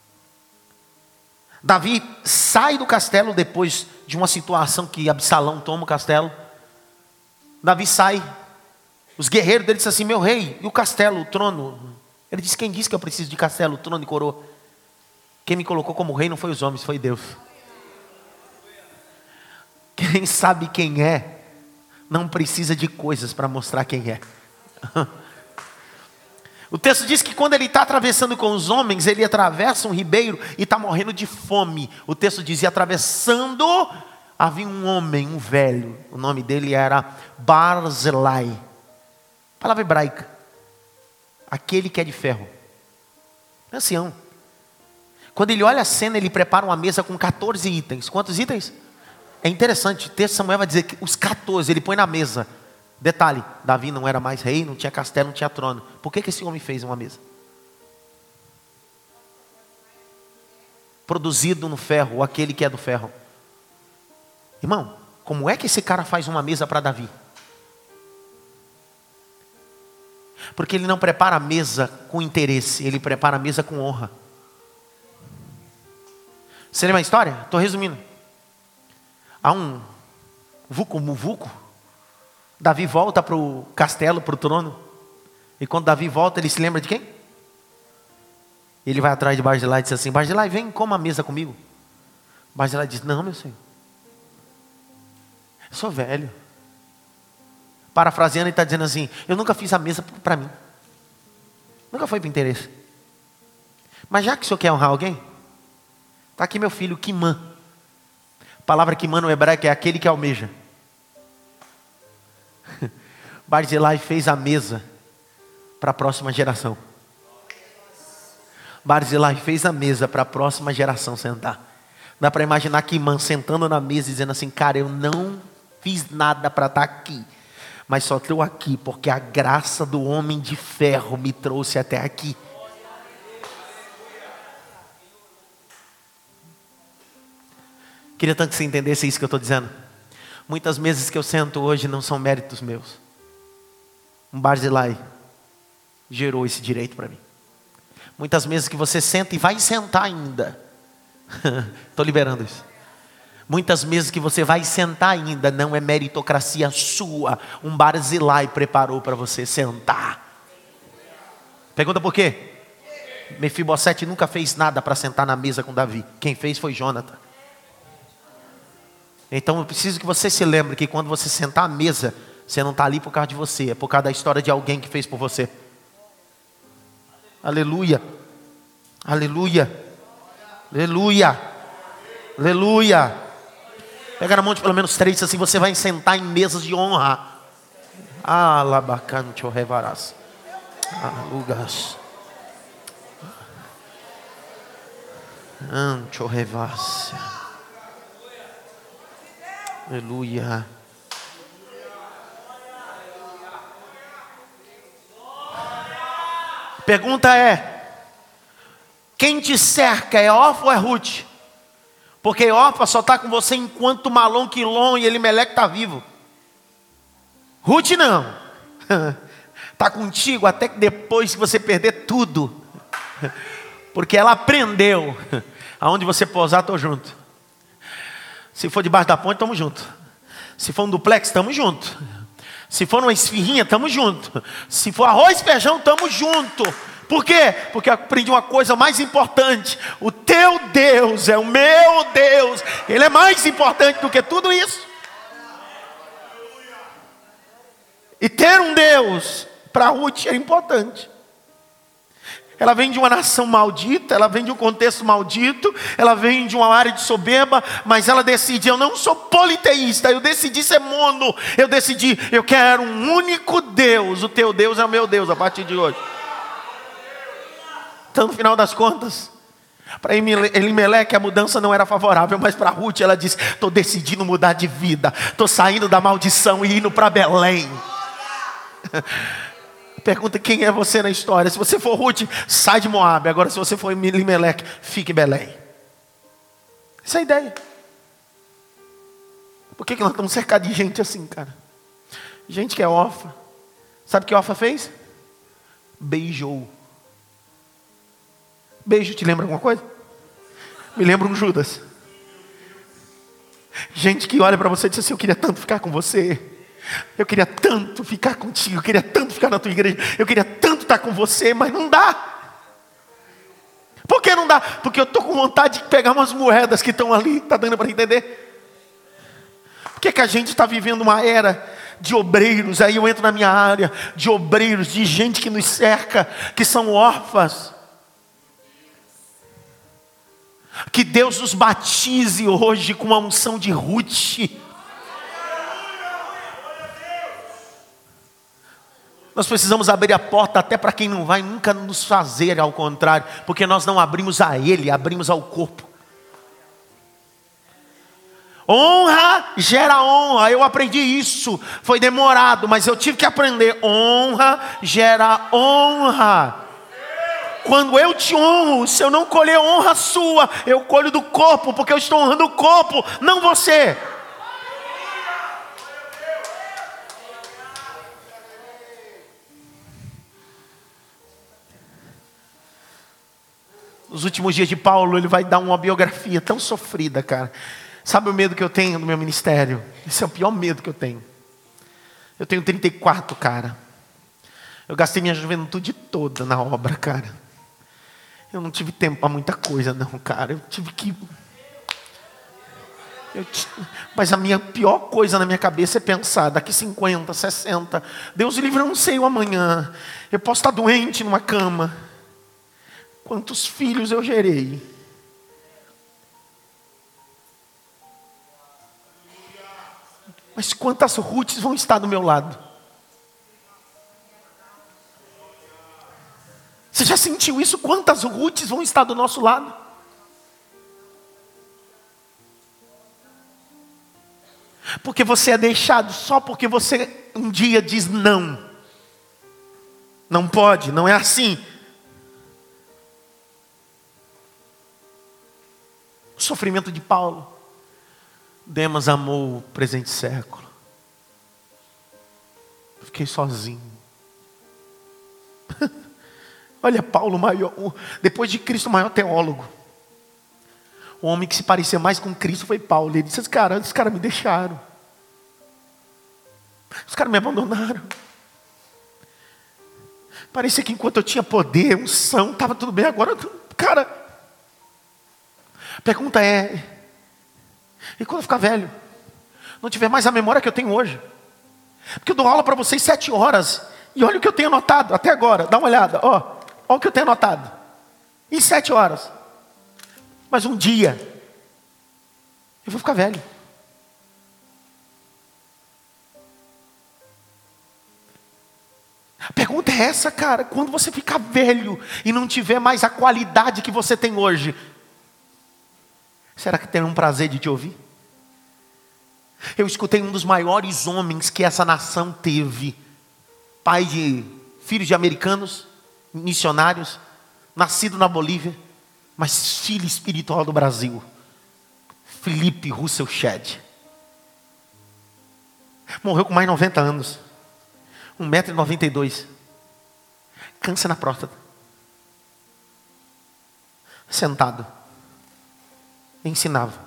Davi sai do castelo depois de uma situação que Absalão toma o castelo. Davi sai. Os guerreiros dele dizem assim: meu rei, e o castelo, o trono? Ele disse: quem disse que eu preciso de castelo, trono e coroa? Quem me colocou como rei não foi os homens, foi Deus. Quem sabe quem é, não precisa de coisas para mostrar quem é. O texto diz que quando ele está atravessando com os homens, ele atravessa um ribeiro e está morrendo de fome. O texto diz: e atravessando, havia um homem, um velho. O nome dele era Barzilai. Palavra hebraica. Aquele que é de ferro. Ancião. Quando ele olha a cena, ele prepara uma mesa com 14 itens. Quantos itens? É interessante, o texto de Samuel vai dizer que os 14 ele põe na mesa. Detalhe: Davi não era mais rei, não tinha castelo, não tinha trono. Por que esse homem fez uma mesa? Produzido no ferro, aquele que é do ferro. Irmão, como é que esse cara faz uma mesa para Davi? Porque ele não prepara a mesa com interesse, ele prepara a mesa com honra. Você lembra a história? Estou resumindo. Há um vucu-muvuco. Davi volta para o castelo, para o trono. E quando Davi volta, ele se lembra de quem? Ele vai atrás de Barzilai e diz assim: Barzilai, vem, coma a mesa comigo. Barzilai diz: não, meu senhor, eu sou velho. Parafraseando, ele está dizendo assim: eu nunca fiz a mesa para mim. Nunca foi para interesse. Mas já que o senhor quer honrar alguém, está aqui meu filho, Quimã. A palavra Quimã no hebraico é aquele que almeja. Barzilai fez a mesa para a próxima geração. Barzilai fez a mesa para a próxima geração sentar. Dá para imaginar Quimã sentando na mesa e dizendo assim: cara, eu não fiz nada para estar aqui, mas só estou aqui porque a graça do homem de ferro me trouxe até aqui. Queria tanto que você entendesse isso que eu estou dizendo. Muitas mesas que eu sento hoje não são méritos meus. Um Barzilai gerou esse direito para mim. Muitas mesas que você senta e vai sentar ainda. Estou liberando isso. Muitas mesas que você vai sentar ainda, não é meritocracia sua. Um Barzilai preparou para você sentar. Pergunta por quê? Mefibosete nunca fez nada para sentar na mesa com Davi. Quem fez foi Jonathan. Então eu preciso que você se lembre que quando você sentar à mesa, você não está ali por causa de você, é por causa da história de alguém que fez por você. Aleluia. Aleluia. Aleluia. Aleluia. Pega na mão de pelo menos 3, assim você vai sentar em mesas de honra. Alabacante o revarás. Alugas. Ancho revácia. Aleluia. Pergunta é: quem te cerca é Orfa ou é Ruth? Porque Orfa só está com você enquanto Malom, Quilom e Elimeleque está vivo. Ruth não. Está contigo até que depois que você perder tudo. Porque ela aprendeu. Aonde você pousar, estou junto. Se for debaixo da ponte, estamos juntos. Se for um duplex, estamos juntos. Se for uma esfirrinha, estamos juntos. Se for arroz e feijão, estamos juntos. Por quê? Porque eu aprendi uma coisa mais importante. O teu Deus é o meu Deus. Ele é mais importante do que tudo isso. E ter um Deus, para Ruth, é importante. Ela vem de uma nação maldita, ela vem de um contexto maldito, ela vem de uma área de soberba, mas ela decide: eu não sou politeísta, eu decidi ser mono, eu decidi, eu quero um único Deus, o teu Deus é o meu Deus a partir de hoje. Então, no final das contas, para Elimeleque a mudança não era favorável, mas para Ruth ela disse: estou decidindo mudar de vida, estou saindo da maldição e indo para Belém. Pergunta: quem é você na história? Se você for Ruth, sai de Moabe. Agora se você for Elimeleque, fique em Belém. Essa é a ideia. Por que nós estamos cercados de gente assim, cara? Gente que é órfã. Sabe o que Orfa fez? Beijou. Beijo te lembra alguma coisa? Me lembra um Judas. Gente que olha para você e diz assim: eu queria tanto ficar com você. Eu queria tanto ficar contigo. Eu queria tanto ficar na tua igreja. Eu queria tanto estar com você, mas não dá. Por que não dá? Porque eu estou com vontade de pegar umas moedas que estão ali. Está dando para entender? Por que a gente está vivendo uma era de obreiros? Aí eu entro na minha área de obreiros, de gente que nos cerca, que são órfãs. Que Deus nos batize hoje com a unção de Ruth. Nós precisamos abrir a porta até para quem não vai nunca nos fazer ao contrário, porque nós não abrimos a Ele, abrimos ao corpo. Honra gera honra. Eu aprendi isso, foi demorado, mas eu tive que aprender. Honra gera honra. Quando eu te honro, se eu não colher honra sua, eu colho do corpo, porque eu estou honrando o corpo, não você. Nos últimos dias de Paulo, ele vai dar uma biografia tão sofrida, cara. Sabe o medo que eu tenho no meu ministério? Esse é o pior medo que eu tenho. Eu tenho 34, cara. Eu gastei minha juventude toda na obra, cara. Eu não tive tempo para muita coisa, não, cara. Eu tive que... Mas a minha pior coisa na minha cabeça é pensar: daqui 50, 60, Deus livre, eu não sei o amanhã. Eu posso estar doente numa cama. Quantos filhos eu gerei? Mas quantas Ruths vão estar do meu lado? Você já sentiu isso? Quantas Ruths vão estar do nosso lado? Porque você é deixado só porque você um dia diz não. Não pode, não é assim. O sofrimento de Paulo. Demas amou o presente século. Fiquei sozinho. Olha, Paulo, depois de Cristo, o maior teólogo. O homem que se parecia mais com Cristo foi Paulo. Ele disse, esses caras me deixaram. Os caras me abandonaram. Parecia que enquanto eu tinha poder, unção, estava tudo bem. Agora, cara, a pergunta é, e quando eu ficar velho? Não tiver mais a memória que eu tenho hoje? Porque eu dou aula para vocês 7 horas. E olha o que eu tenho anotado até agora. Dá uma olhada, ó. Olha o que eu tenho anotado. Em 7 horas. Mas um dia, eu vou ficar velho. A pergunta é essa, cara. Quando você ficar velho e não tiver mais a qualidade que você tem hoje, será que tem um prazer de te ouvir? Eu escutei um dos maiores homens que essa nação teve. Pai de filhos de americanos, missionários, nascido na Bolívia, mas filho espiritual do Brasil. Felipe Russell Shedd. Morreu com mais de 90 anos. 1,92 m. Câncer na próstata. Sentado. Ensinava.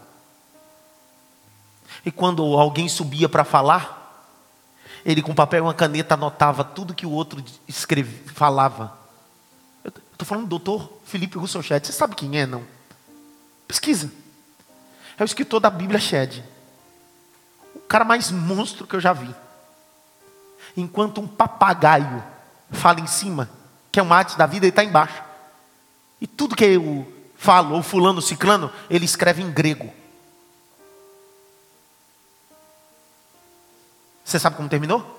E quando alguém subia para falar, ele com papel e uma caneta anotava tudo que o outro falava. Eu estou falando do doutor Felipe Russell Shedd. Você sabe quem é, não? Pesquisa. É o escritor da Bíblia Shedd. O cara mais monstro que eu já vi. Enquanto um papagaio fala em cima, que é uma arte da vida, ele está embaixo. E tudo que eu falo, ou fulano, ciclano, ele escreve em grego. Você sabe como terminou?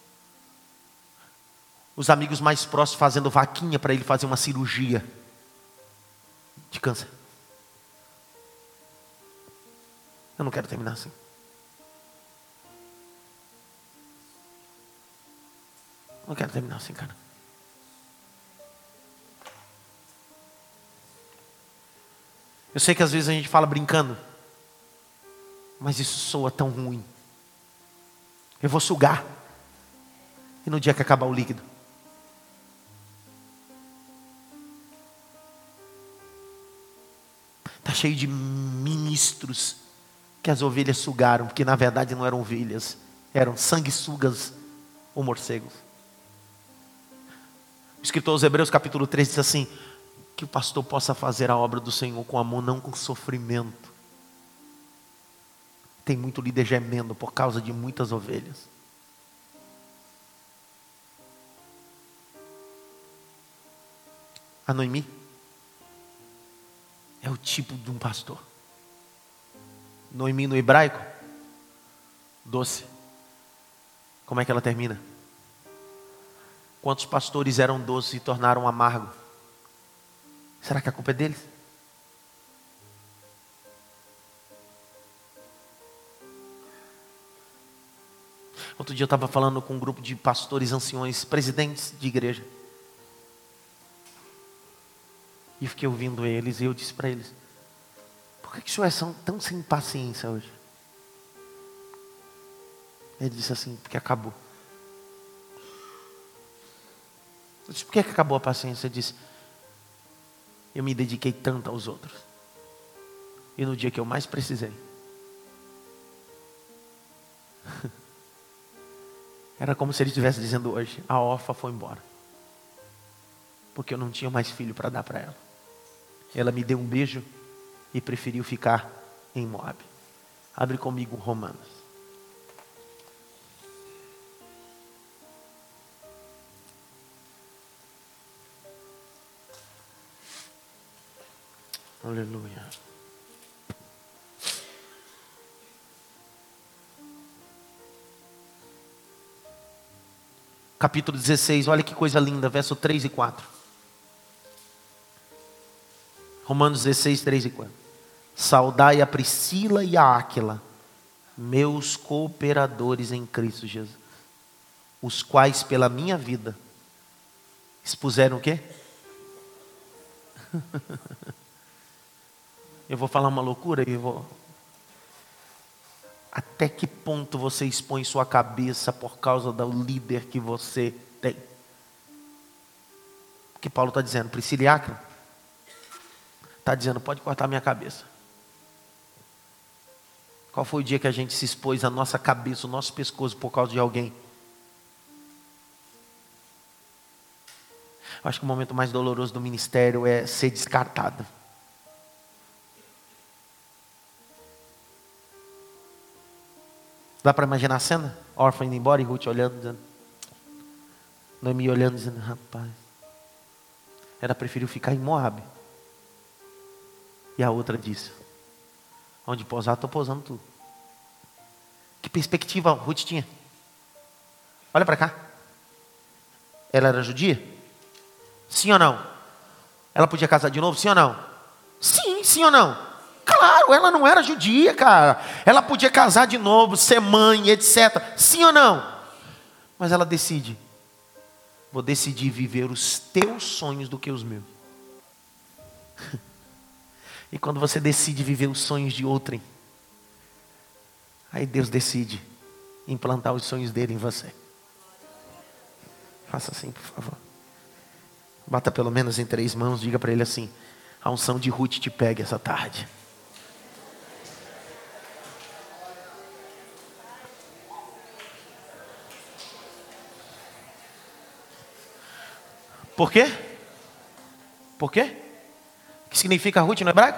Os amigos mais próximos fazendo vaquinha para ele fazer uma cirurgia de câncer. Eu não quero terminar assim. Não quero terminar assim, cara. Eu sei que às vezes a gente fala brincando, mas isso soa tão ruim. Eu vou sugar. E no dia que acabar o líquido, está cheio de ministros que as ovelhas sugaram, porque na verdade não eram ovelhas, eram sanguessugas ou morcegos. O escritor aos Hebreus capítulo 3 diz assim, que o pastor possa fazer a obra do Senhor com amor, não com sofrimento. Tem muito líder gemendo por causa de muitas ovelhas. A Noemi é o tipo de um pastor. Noemi no hebraico, doce. Como é que ela termina? Quantos pastores eram doces e tornaram amargo? Será que a culpa é deles? Outro dia eu estava falando com um grupo de pastores anciões, presidentes de igreja. E fiquei ouvindo eles e eu disse para eles, por que os senhores são tão sem paciência hoje? Ele disse assim, porque acabou. Eu disse, por que acabou a paciência? Ele disse, eu me dediquei tanto aos outros. E no dia que eu mais precisei, era como se ele estivesse dizendo hoje, a órfã foi embora. Porque eu não tinha mais filho para dar para ela. Ela me deu um beijo e preferiu ficar em Moab. Abre comigo Romanos. Aleluia. Capítulo 16, olha que coisa linda, verso 3 e 4. Romanos 16, 3 e 4. Saudai a Priscila e a Áquila, meus cooperadores em Cristo Jesus, os quais pela minha vida expuseram o quê? Eu vou falar uma loucura e vou... Até que ponto você expõe sua cabeça por causa do líder que você tem? que Paulo está dizendo? Priscila e Áquila? Está dizendo, pode cortar minha cabeça. Qual foi o dia que a gente se expôs a nossa cabeça, o nosso pescoço por causa de alguém? Eu acho que o momento mais doloroso do ministério é ser descartado. Dá para imaginar a cena? Órfã indo embora e Ruth olhando, dizendo, Noemi olhando, dizendo, rapaz, ela preferiu ficar em Moabe. E a outra disse, onde pousar, estou pousando tudo. Que perspectiva Ruth tinha? Olha para cá. Ela era judia? Sim ou não? Ela podia casar de novo? Sim ou não? Sim, sim ou não? Claro, ela não era judia, cara. Ela podia casar de novo, ser mãe, etc. Sim ou não? Mas ela decide. Vou decidir viver os teus sonhos do que os meus. E quando você decide viver os sonhos de outrem, aí Deus decide implantar os sonhos dele em você. Faça assim, por favor. Bata pelo menos em 3 mãos, diga para ele assim, a unção de Ruth te pegue essa tarde. Por quê? Por quê? O que significa Ruth no hebraico?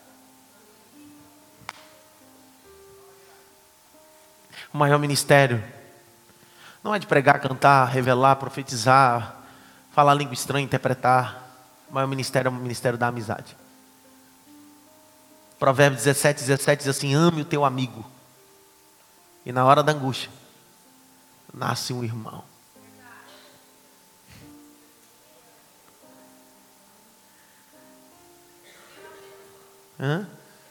O maior ministério não é de pregar, cantar, revelar, profetizar, falar língua estranha, interpretar. O maior ministério é o ministério da amizade. Provérbios 17 diz assim, ame o teu amigo. E na hora da angústia, nasce um irmão. Hã?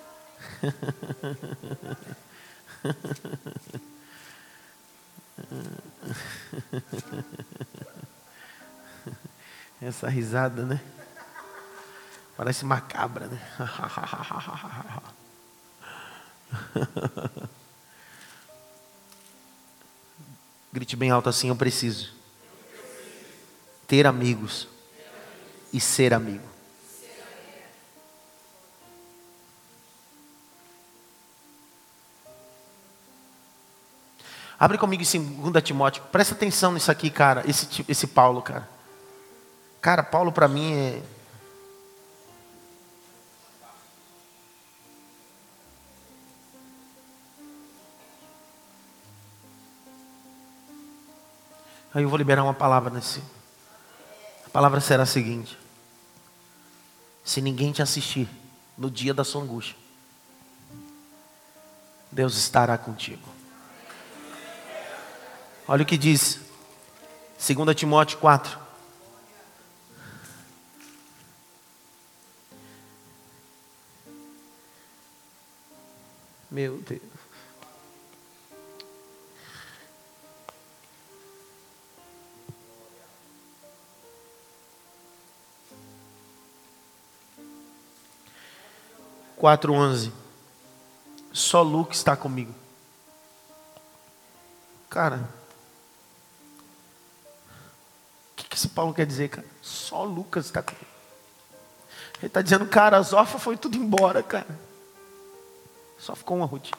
Essa risada, né? Parece macabra, né? Grite bem alto assim, eu preciso ter amigos e ser amigo. Abre comigo em 2 Timóteo. Presta atenção nisso aqui, cara. Esse Paulo, cara. Cara, Paulo para mim é... Aí eu vou liberar uma palavra nesse. A palavra será a seguinte. Se ninguém te assistir no dia da sua angústia, Deus estará contigo. Olha o que diz 2 Timóteo 4. Meu Deus. Quatro 11. Só Lucas está comigo. Cara, o que esse Paulo quer dizer, cara? Só Lucas está comigo. Ele está dizendo, cara, as órfãs foi tudo embora, cara. Só ficou uma Ruth.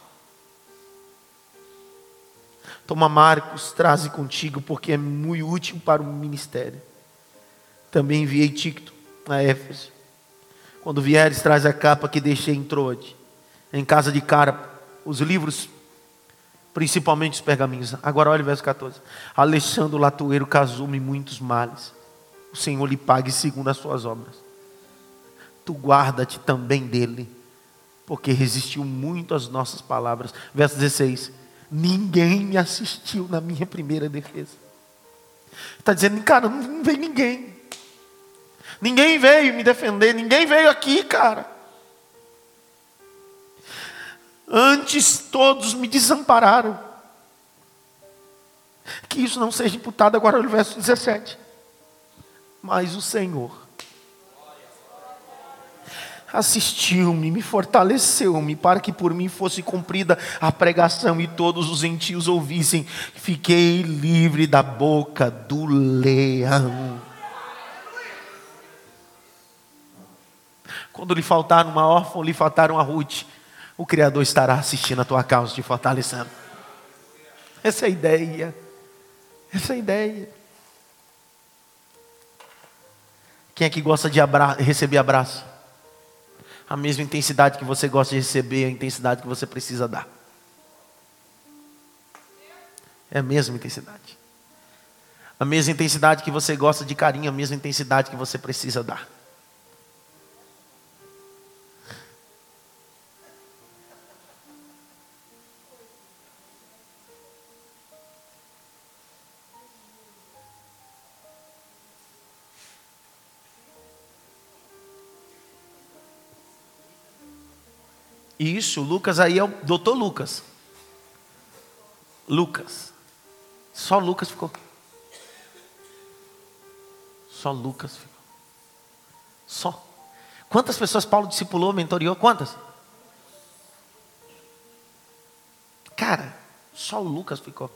Toma Marcos, traze contigo, porque é muito útil para o ministério. Também enviei Tíquico a Éfeso. Quando vieres, traz a capa que deixei em Troade, em casa de Carpo, os livros, principalmente os pergaminhos. Agora olha o verso 14. Alexandre o latoeiro casou-me muitos males. O Senhor lhe pague segundo as suas obras. Tu guarda-te também dele, porque resistiu muito às nossas palavras. Verso 16. Ninguém me assistiu na minha primeira defesa. Está dizendo, cara, não veio ninguém. Ninguém veio me defender, ninguém veio aqui, cara. Antes todos me desampararam. Que isso não seja imputado, agora no verso 17. Mas o Senhor assistiu-me, me fortaleceu-me, para que por mim fosse cumprida a pregação e todos os gentios ouvissem. Fiquei livre da boca do leão. Quando lhe faltar uma órfã, lhe faltar uma Ruth, o Criador estará assistindo a tua causa, te fortalecendo. Essa é a ideia. Essa é a ideia. Quem é que gosta de receber abraço? A mesma intensidade que você gosta de receber, a intensidade que você precisa dar. É a mesma intensidade. A mesma intensidade que você gosta de carinho, a mesma intensidade que você precisa dar. Isso, Lucas aí é o doutor Lucas. Lucas. Só Lucas ficou. Só Lucas ficou. Só. Quantas pessoas Paulo discipulou, mentoriou? Quantas? Cara, só o Lucas ficou.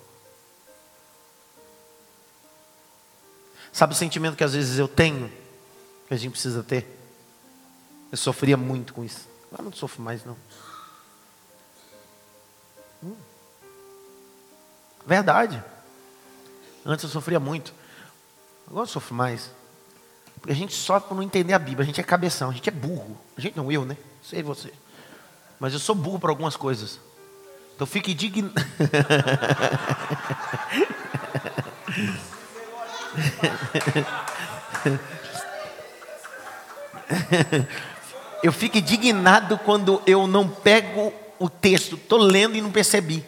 Sabe o sentimento que às vezes eu tenho? Que a gente precisa ter? Eu sofria muito com isso. Agora não sofro mais não. Verdade. Antes eu sofria muito. Agora eu sofro mais. Porque a gente sofre por não entender a Bíblia. A gente é cabeção, a gente é burro. A gente não, eu, né? Sei você. Mas eu sou burro para algumas coisas. Então fico indignado. Eu fico indignado quando eu não pego o texto. Estou lendo e não percebi.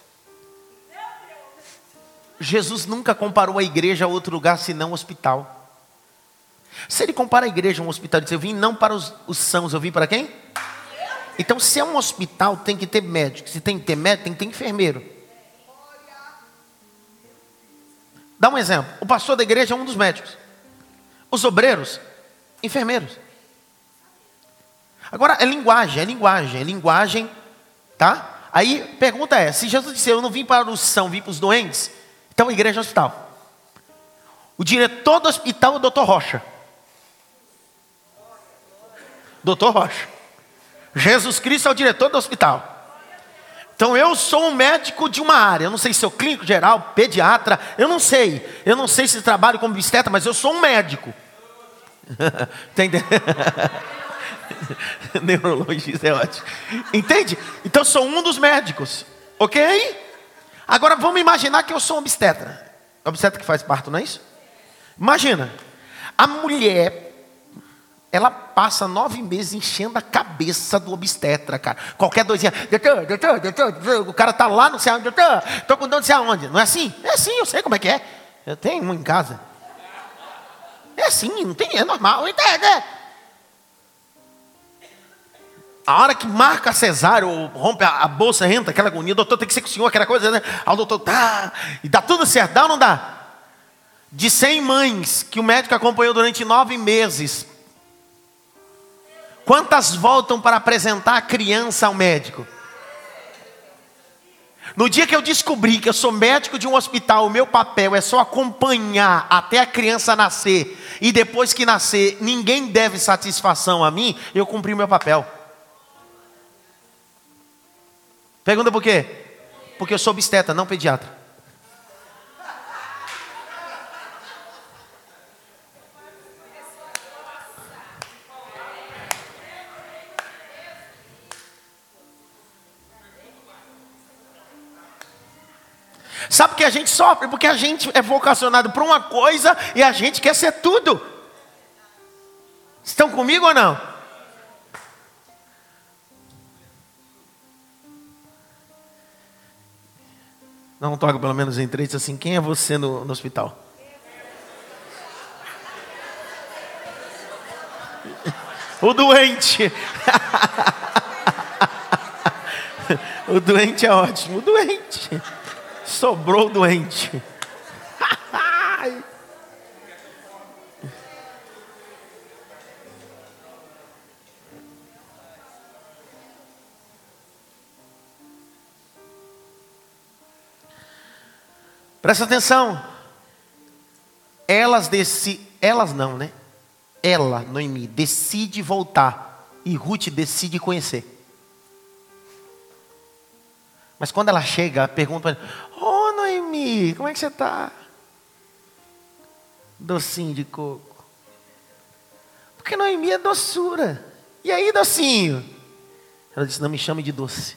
Jesus nunca comparou a igreja a outro lugar senão hospital. Se ele compara a igreja a um hospital, ele diz: eu vim não para os sãos, eu vim para quem? Então, se é um hospital, tem que ter médico. Se tem que ter médico, tem que ter enfermeiro. Dá um exemplo. O pastor da igreja é um dos médicos. Os obreiros, enfermeiros. Agora, é linguagem, tá? Aí, pergunta é, se Jesus disse: eu não vim para os sãos, vim para os doentes, então a igreja é hospital. O diretor do hospital é o Dr. Rocha. Dr. Rocha. Jesus Cristo é o diretor do hospital. Então eu sou um médico de uma área. Eu não sei se sou clínico geral, pediatra. Eu não sei se trabalho como obstetra, mas eu sou um médico. Entende? Neurologista é ótimo. Entende? Então eu sou um dos médicos. Ok? Agora vamos imaginar que eu sou um obstetra. Obstetra que faz parto, não é isso? Imagina. A mulher, ela passa 9 meses enchendo a cabeça do obstetra, cara. Qualquer doisinha, doutor, o cara tá lá, não sei aonde, doutor, tô com dor não sei aonde. Não é assim? É assim, eu sei como é que é. Eu tenho um em casa. É assim, não tem, é normal. A hora que marca a cesárea, ou rompe a bolsa, entra aquela agonia, doutor, tem que ser com o senhor, aquela coisa, né? Aí o doutor, tá, e dá tudo certo, dá ou não dá? De 100 mães que o médico acompanhou durante 9 meses, quantas voltam para apresentar a criança ao médico? No dia que eu descobri que eu sou médico de um hospital, o meu papel é só acompanhar até a criança nascer, e depois que nascer, ninguém deve satisfação a mim, eu cumpri o meu papel. Pergunta por quê? Porque eu sou obstetra, não pediatra. Sabe por que a gente sofre? Porque a gente é vocacionado para uma coisa e a gente quer ser tudo. Estão comigo ou não? Não toca pelo menos em 3 assim. Quem é você no hospital? O doente. O doente é ótimo. O doente. Sobrou o doente. Presta atenção. Elas não, né? Ela, Noemi, decide voltar e Ruth decide conhecer. Mas quando ela chega, pergunta para ele: ô Noemi, como é que você está? Docinho de coco. Porque Noemi é doçura. E aí, docinho? Ela disse: não me chame de doce.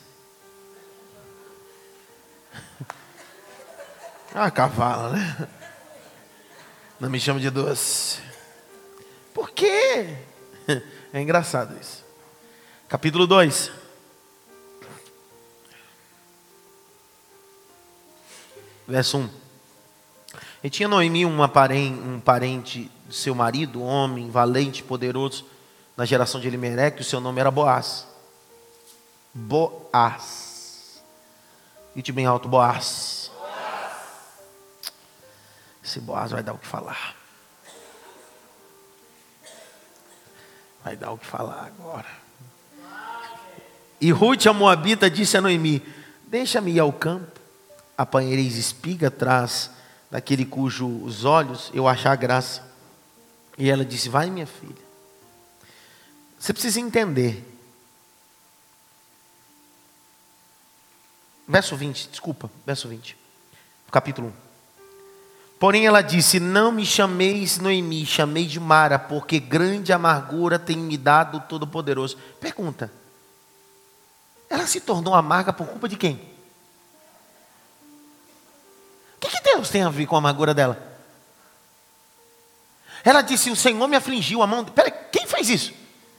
Cavalo, né? Não me chame de doce. Por quê? É engraçado isso. Capítulo 2. Verso 1. E tinha Noemi um parente do seu marido, homem, valente, poderoso, na geração de Elimeleque, o seu nome era Boaz. Boaz. Grite bem alto: Boaz. Esse Boaz vai dar o que falar. Vai dar o que falar agora. E Ruth, a moabita, disse a Noemi: deixa-me ir ao campo, apanhareis espiga atrás daquele cujos olhos eu achar graça. E ela disse: vai, minha filha. Você precisa entender. Verso 20, capítulo 1. Porém ela disse: não me chameis Noemi, chamei de Mara, porque grande amargura tem me dado o Todo-Poderoso. Pergunta: ela se tornou amarga por culpa de quem? O que Deus tem a ver com a amargura dela? Ela disse: o Senhor me afligiu, a mão... Peraí, quem fez isso?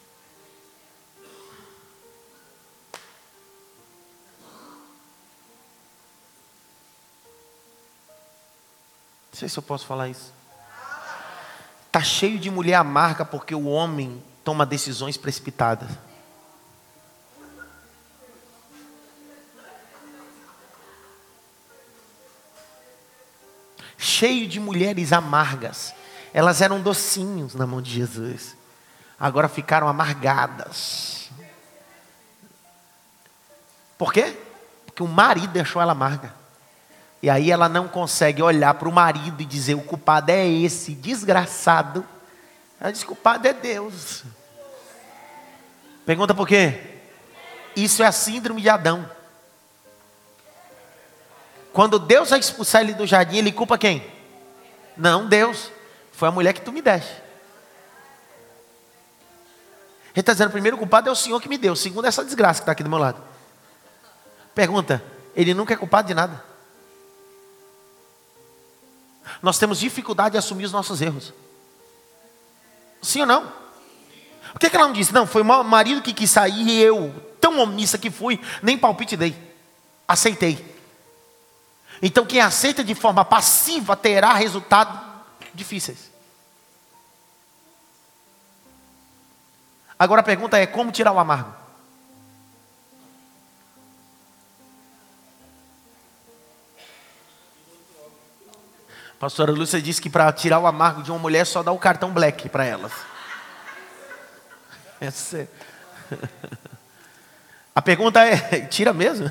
Não sei se eu posso falar isso. Está cheio de mulher amarga porque o homem toma decisões precipitadas. Cheio de mulheres amargas. Elas eram docinhos na mão de Jesus. Agora ficaram amargadas. Por quê? Porque o marido deixou ela amarga. E aí ela não consegue olhar para o marido e dizer: o culpado é esse desgraçado. Ela diz: o culpado é Deus. Pergunta por quê? Isso é a síndrome de Adão. Quando Deus vai expulsar ele do jardim, ele culpa quem? Não, Deus. Foi a mulher que tu me deste. Ele está dizendo: primeiro, o culpado é o Senhor que me deu. Segundo, essa desgraça que está aqui do meu lado. Pergunta: ele nunca é culpado de nada? Nós temos dificuldade de assumir os nossos erros. Sim ou não? Por que ela não disse: não, foi o marido que quis sair e eu, tão omissa que fui, nem palpite dei. Aceitei. Então quem aceita de forma passiva terá resultados difíceis. Agora a pergunta é: como tirar o amargo? A pastora Lúcia disse que para tirar o amargo de uma mulher só dá o cartão black para elas. A pergunta é: tira mesmo?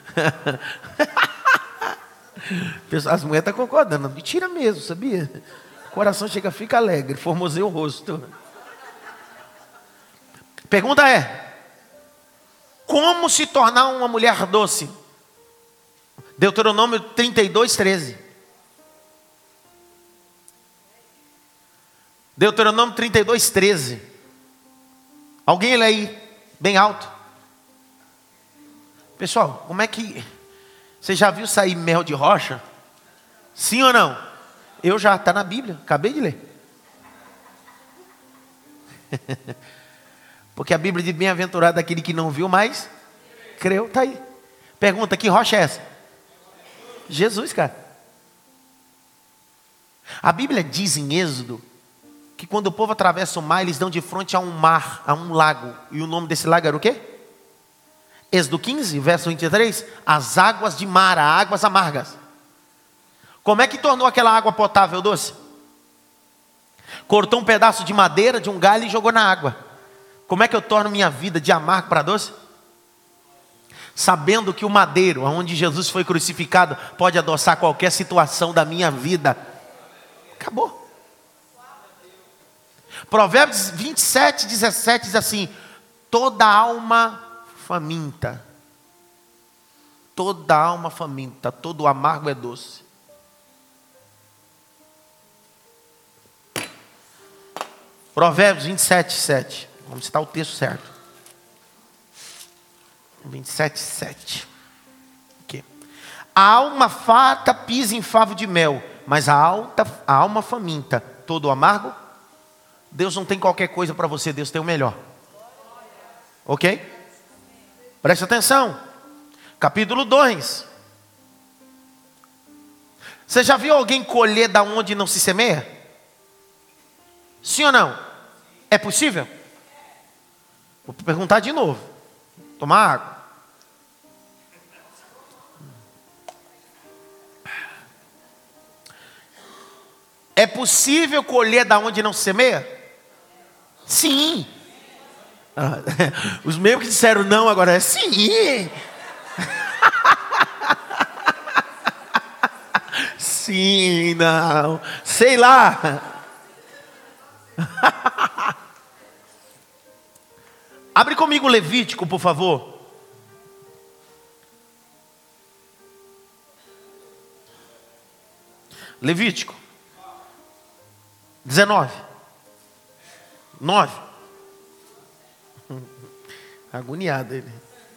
As mulheres estão concordando. Me tira mesmo, sabia? O coração chega, fica alegre, formoseia o rosto. Pergunta é: como se tornar uma mulher doce? Deuteronômio 32, 13. Deuteronômio 32, 13. Alguém lê aí, bem alto. Pessoal, como é que... Você já viu sair mel de rocha? Sim ou não? Eu já, está na Bíblia, acabei de ler. Porque a Bíblia diz: bem-aventurado aquele que não viu, mas creu, está aí. Pergunta: que rocha é essa? Jesus, cara. A Bíblia diz em Êxodo que quando o povo atravessa o mar, eles dão de frente a um mar, a um lago. E o nome desse lago era o quê? Êxodo 15, verso 23. As águas de Mara, águas amargas. Como é que tornou aquela água potável doce? Cortou um pedaço de madeira, de um galho e jogou na água. Como é que eu torno minha vida de amargo para doce? Sabendo que o madeiro, onde Jesus foi crucificado, pode adoçar qualquer situação da minha vida. Acabou. Provérbios 27, 17 diz assim: toda alma faminta. Toda alma faminta, todo amargo é doce. Provérbios 27, 7. Vamos citar o texto certo. 27, 7. Aqui. A alma farta pisa em favo de mel, mas a alma faminta, todo amargo. Deus não tem qualquer coisa para você, Deus tem o melhor. Ok? Preste atenção. Capítulo 2. Você já viu alguém colher da onde não se semeia? Sim ou não? É possível? Vou perguntar de novo. Tomar água. É possível colher da onde não se semeia? Sim. Os mesmos que disseram não agora é sim. Sim, não. Sei lá. Abre comigo Levítico, por favor. Levítico 19 9. Agoniado ele.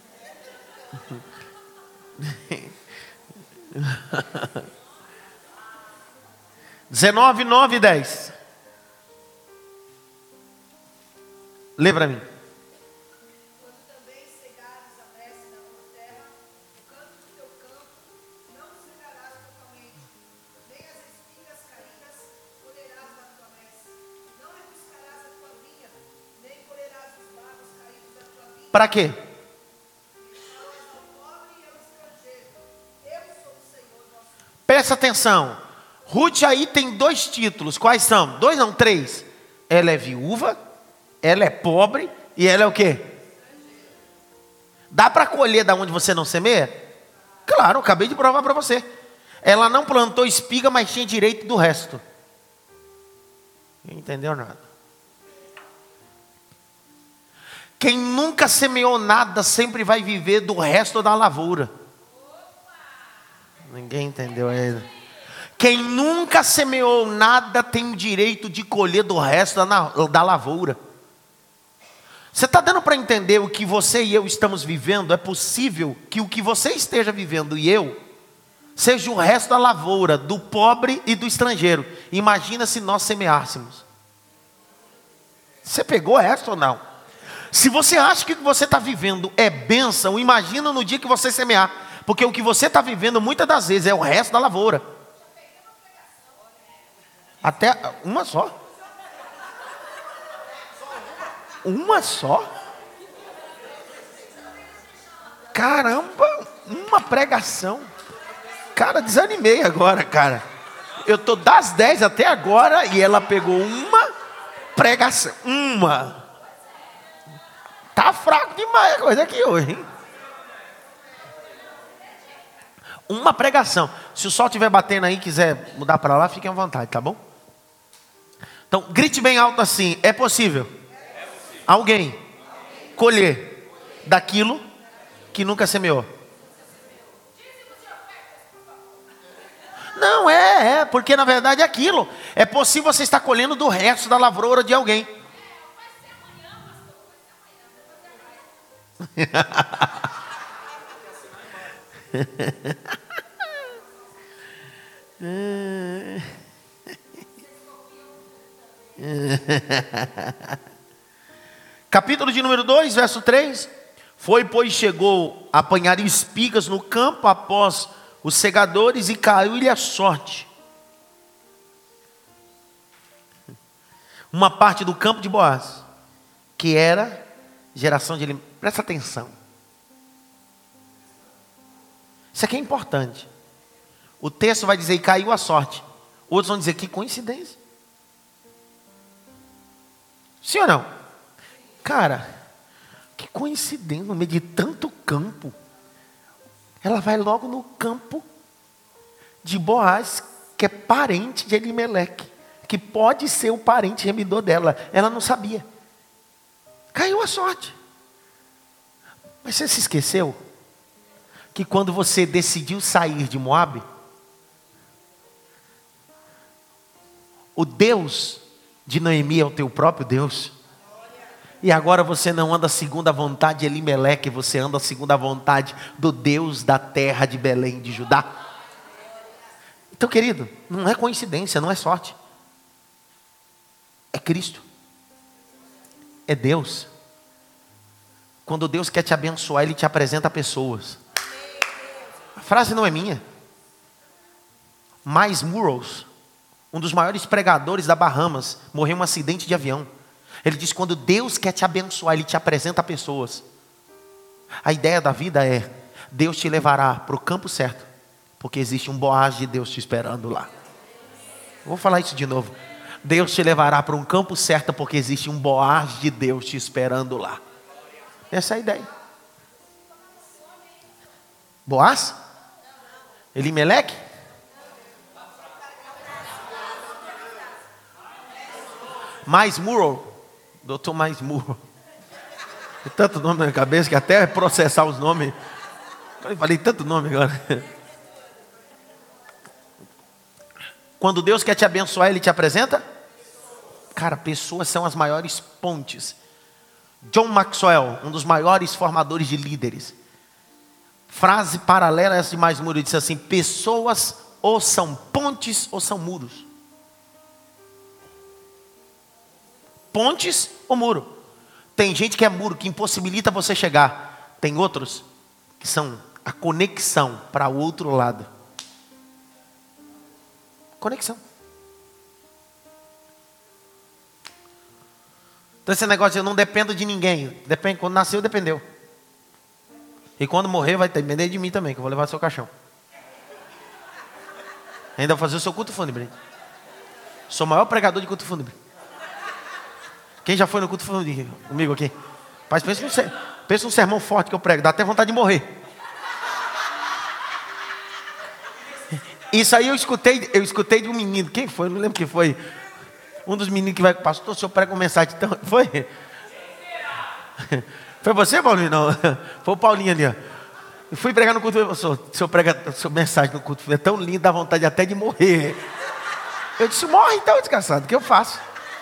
19, 9 e 10. Lê para mim. Para quê? Presta atenção. Ruth aí tem 2 títulos. Quais são? 2 não, 3. Ela é viúva, ela é pobre e ela é o quê? Dá para colher da onde você não semeia? Claro, acabei de provar para você. Ela não plantou espiga, mas tinha direito do resto. Não entendeu nada. Quem nunca semeou nada sempre vai viver do resto da lavoura. Ninguém entendeu ainda. Quem nunca semeou nada tem o direito de colher do resto da lavoura. Você está dando para entender o que você e eu estamos vivendo? É possível que o que você esteja vivendo e eu seja o resto da lavoura, do pobre e do estrangeiro. Imagina se nós semeássemos. Você pegou essa ou não? Se você acha que o que você está vivendo é bênção, imagina no dia que você semear. Porque o que você está vivendo muitas das vezes é o resto da lavoura. Até uma só? Uma só? Caramba, uma pregação. Cara, desanimei agora, cara. Eu estou das 10 até agora e ela pegou uma pregação. Uma. Tá fraco demais a coisa aqui hoje, hein? Uma pregação. Se o sol estiver batendo aí e quiser mudar para lá, fiquem à vontade, tá bom? Então, grite bem alto assim: é possível alguém colher daquilo que nunca semeou? Não, porque na verdade é aquilo. É possível você estar colhendo do resto da lavoura de alguém. Capítulo de número 2, verso 3. Foi, pois, chegou a apanhar espigas no campo após os segadores e caiu-lhe a sorte. Uma parte do campo de Boaz, que era geração de alimento. Presta atenção. Isso aqui é importante. O texto vai dizer, e caiu a sorte. Outros vão dizer, que coincidência. Sim ou não? Cara, que coincidência, no meio de tanto campo. Ela vai logo no campo de Boaz, que é parente de Elimeleque, que pode ser o parente remidor dela. Ela não sabia. Caiu a sorte. Mas você se esqueceu que quando você decidiu sair de Moabe, o Deus de Noemi é o teu próprio Deus? E agora você não anda segundo a vontade de Elimeleque, você anda segundo a vontade do Deus da terra de Belém de Judá. Então, querido, não é coincidência, não é sorte. É Cristo. É Deus. Quando Deus quer te abençoar, Ele te apresenta pessoas. A frase não é minha. Miles Murrows, um dos maiores pregadores da Bahamas, morreu em um acidente de avião. Ele diz: quando Deus quer te abençoar, Ele te apresenta pessoas. A ideia da vida é: Deus te levará para o campo certo, porque existe um Boaz de Deus te esperando lá. Vou falar isso de novo. Deus te levará para um campo certo, porque existe um Boaz de Deus te esperando lá. Essa é a ideia. Boaz? Elimeleque? Mais Murrow. Doutor Mais Murrow. Tem tanto nome na minha cabeça que até processar os nomes. Eu falei tanto nome agora. Quando Deus quer te abençoar, Ele te apresenta? Cara, pessoas são as maiores pontes. John Maxwell, um dos maiores formadores de líderes. Frase paralela a essa de Mais Murrow, disse assim: pessoas ou são pontes ou são muros. Pontes ou muro. Tem gente que é muro, que impossibilita você chegar. Tem outros que são a conexão para o outro lado. Conexão. Então esse negócio de eu não dependo de ninguém. Depende, quando nasceu, dependeu. E quando morrer, vai depender de mim também, que eu vou levar seu caixão. Ainda vou fazer o seu culto fúnebre. Sou o maior pregador de culto fúnebre. Quem já foi no culto fúnebre comigo aqui? Mas pensa num sermão forte que eu prego, dá até vontade de morrer. Isso aí eu escutei de um menino. Quem foi? Eu não lembro quem foi. Um dos meninos que vai, pastor, o senhor prega uma mensagem tão... Foi? Foi você, Paulinho? Não. Foi o Paulinho ali, ó. Eu fui pregar no culto, o senhor prega a sua mensagem no culto, é tão lindo, dá vontade até de morrer. Eu disse: morre então, desgraçado, o que eu faço?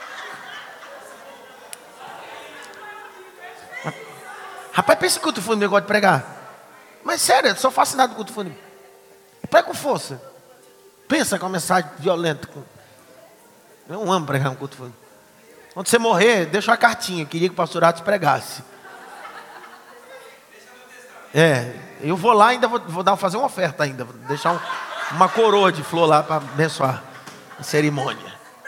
Rapaz, pensa em culto fúnebre, eu gosto de pregar. Mas sério, eu sou fascinado com culto fúnebre. Eu prego com força. Pensa com uma mensagem violenta. Eu amo pregar um culto fúnebre. Quando você morrer, deixa uma cartinha. Eu queria que o pastor Atos pregasse. Eu vou lá e ainda vou fazer uma oferta ainda. Vou deixar uma coroa de flor lá para abençoar a cerimônia.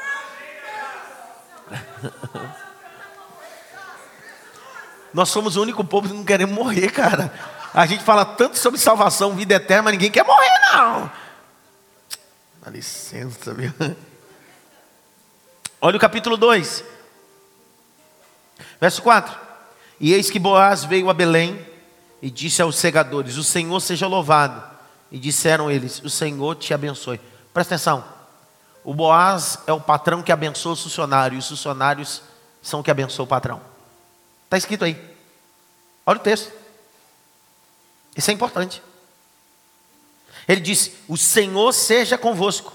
Nós somos o único povo que não queremos morrer, cara. A gente fala tanto sobre salvação, vida eterna, mas ninguém quer morrer, não. Dá licença, viu? Olha o capítulo 2. Verso 4. E eis que Boaz veio a Belém e disse aos segadores: o Senhor seja louvado. E disseram eles: o Senhor te abençoe. Presta atenção. O Boaz é o patrão que abençoa os funcionários. E os funcionários são o que abençoa o patrão. Está escrito aí. Olha o texto. Isso é importante. Ele disse: o Senhor seja convosco.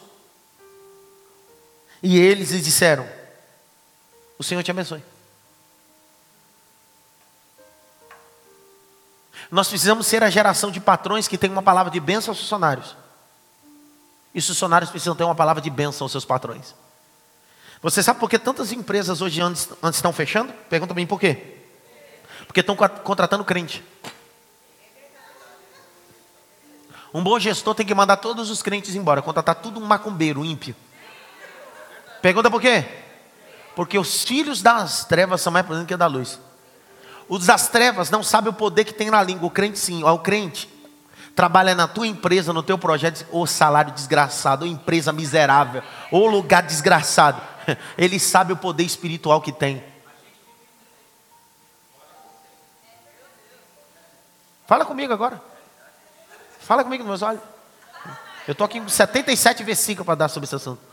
E eles lhe disseram: o Senhor te abençoe. Nós precisamos ser a geração de patrões que tem uma palavra de bênção aos funcionários. E os funcionários precisam ter uma palavra de bênção aos seus patrões. Você sabe por que tantas empresas hoje antes estão fechando? Pergunta para mim por quê? Porque estão contratando crente. Um bom gestor tem que mandar todos os crentes embora, contratar tudo um macumbeiro, um ímpio. Pergunta por quê? Porque os filhos das trevas são mais poderosos que os da luz. Os das trevas não sabem o poder que tem na língua. O crente sim. O crente trabalha na tua empresa, no teu projeto, ou salário desgraçado, ou empresa miserável, ou lugar desgraçado. Ele sabe o poder espiritual que tem. Fala comigo agora. Fala comigo nos meus olhos. Eu estou aqui com 77 versículos para dar sobre esse assunto.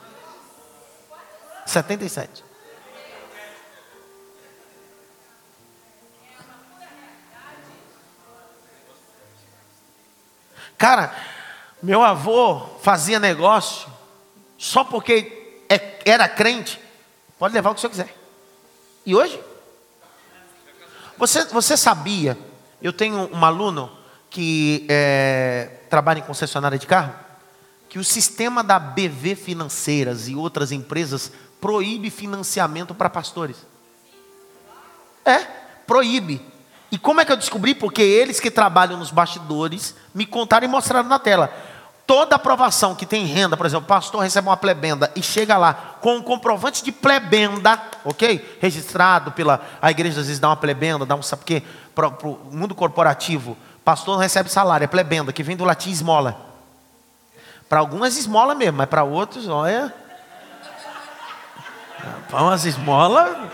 77. Cara, meu avô fazia negócio só porque era crente. Pode levar o que o senhor quiser. E hoje? Você sabia? Eu tenho um aluno que trabalha em concessionária de carro, que o sistema da BV Financeiras e outras empresas proíbe financiamento para pastores. Proíbe. E como é que eu descobri? Porque eles que trabalham nos bastidores me contaram e mostraram na tela. Toda aprovação que tem renda, por exemplo, o pastor recebe uma plebenda e chega lá com um comprovante de plebenda, ok? Registrado a igreja às vezes dá uma plebenda, dá um, sabe por quê? Para o mundo corporativo, pastor não recebe salário, é plebenda, que vem do latim esmola. Para algumas esmola mesmo, mas para outros, olha, para umas esmola.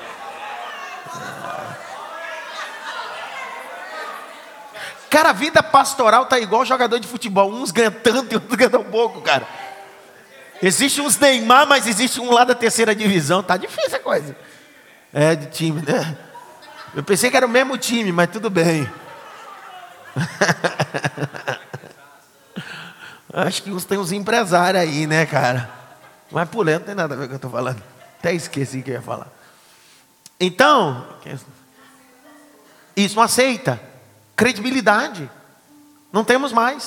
Cara, a vida pastoral tá igual jogador de futebol. Uns ganham tanto e outros ganham pouco, cara. Existe uns Neymar, mas existe um lá da terceira divisão. Tá difícil a coisa. De time, né? Eu pensei que era o mesmo time, mas tudo bem. Acho que tem uns empresários aí, né, cara? Mas por dentro não tem nada a ver com o que eu tô falando. Até esqueci o que eu ia falar. Então, isso não aceita. Credibilidade. Não temos mais.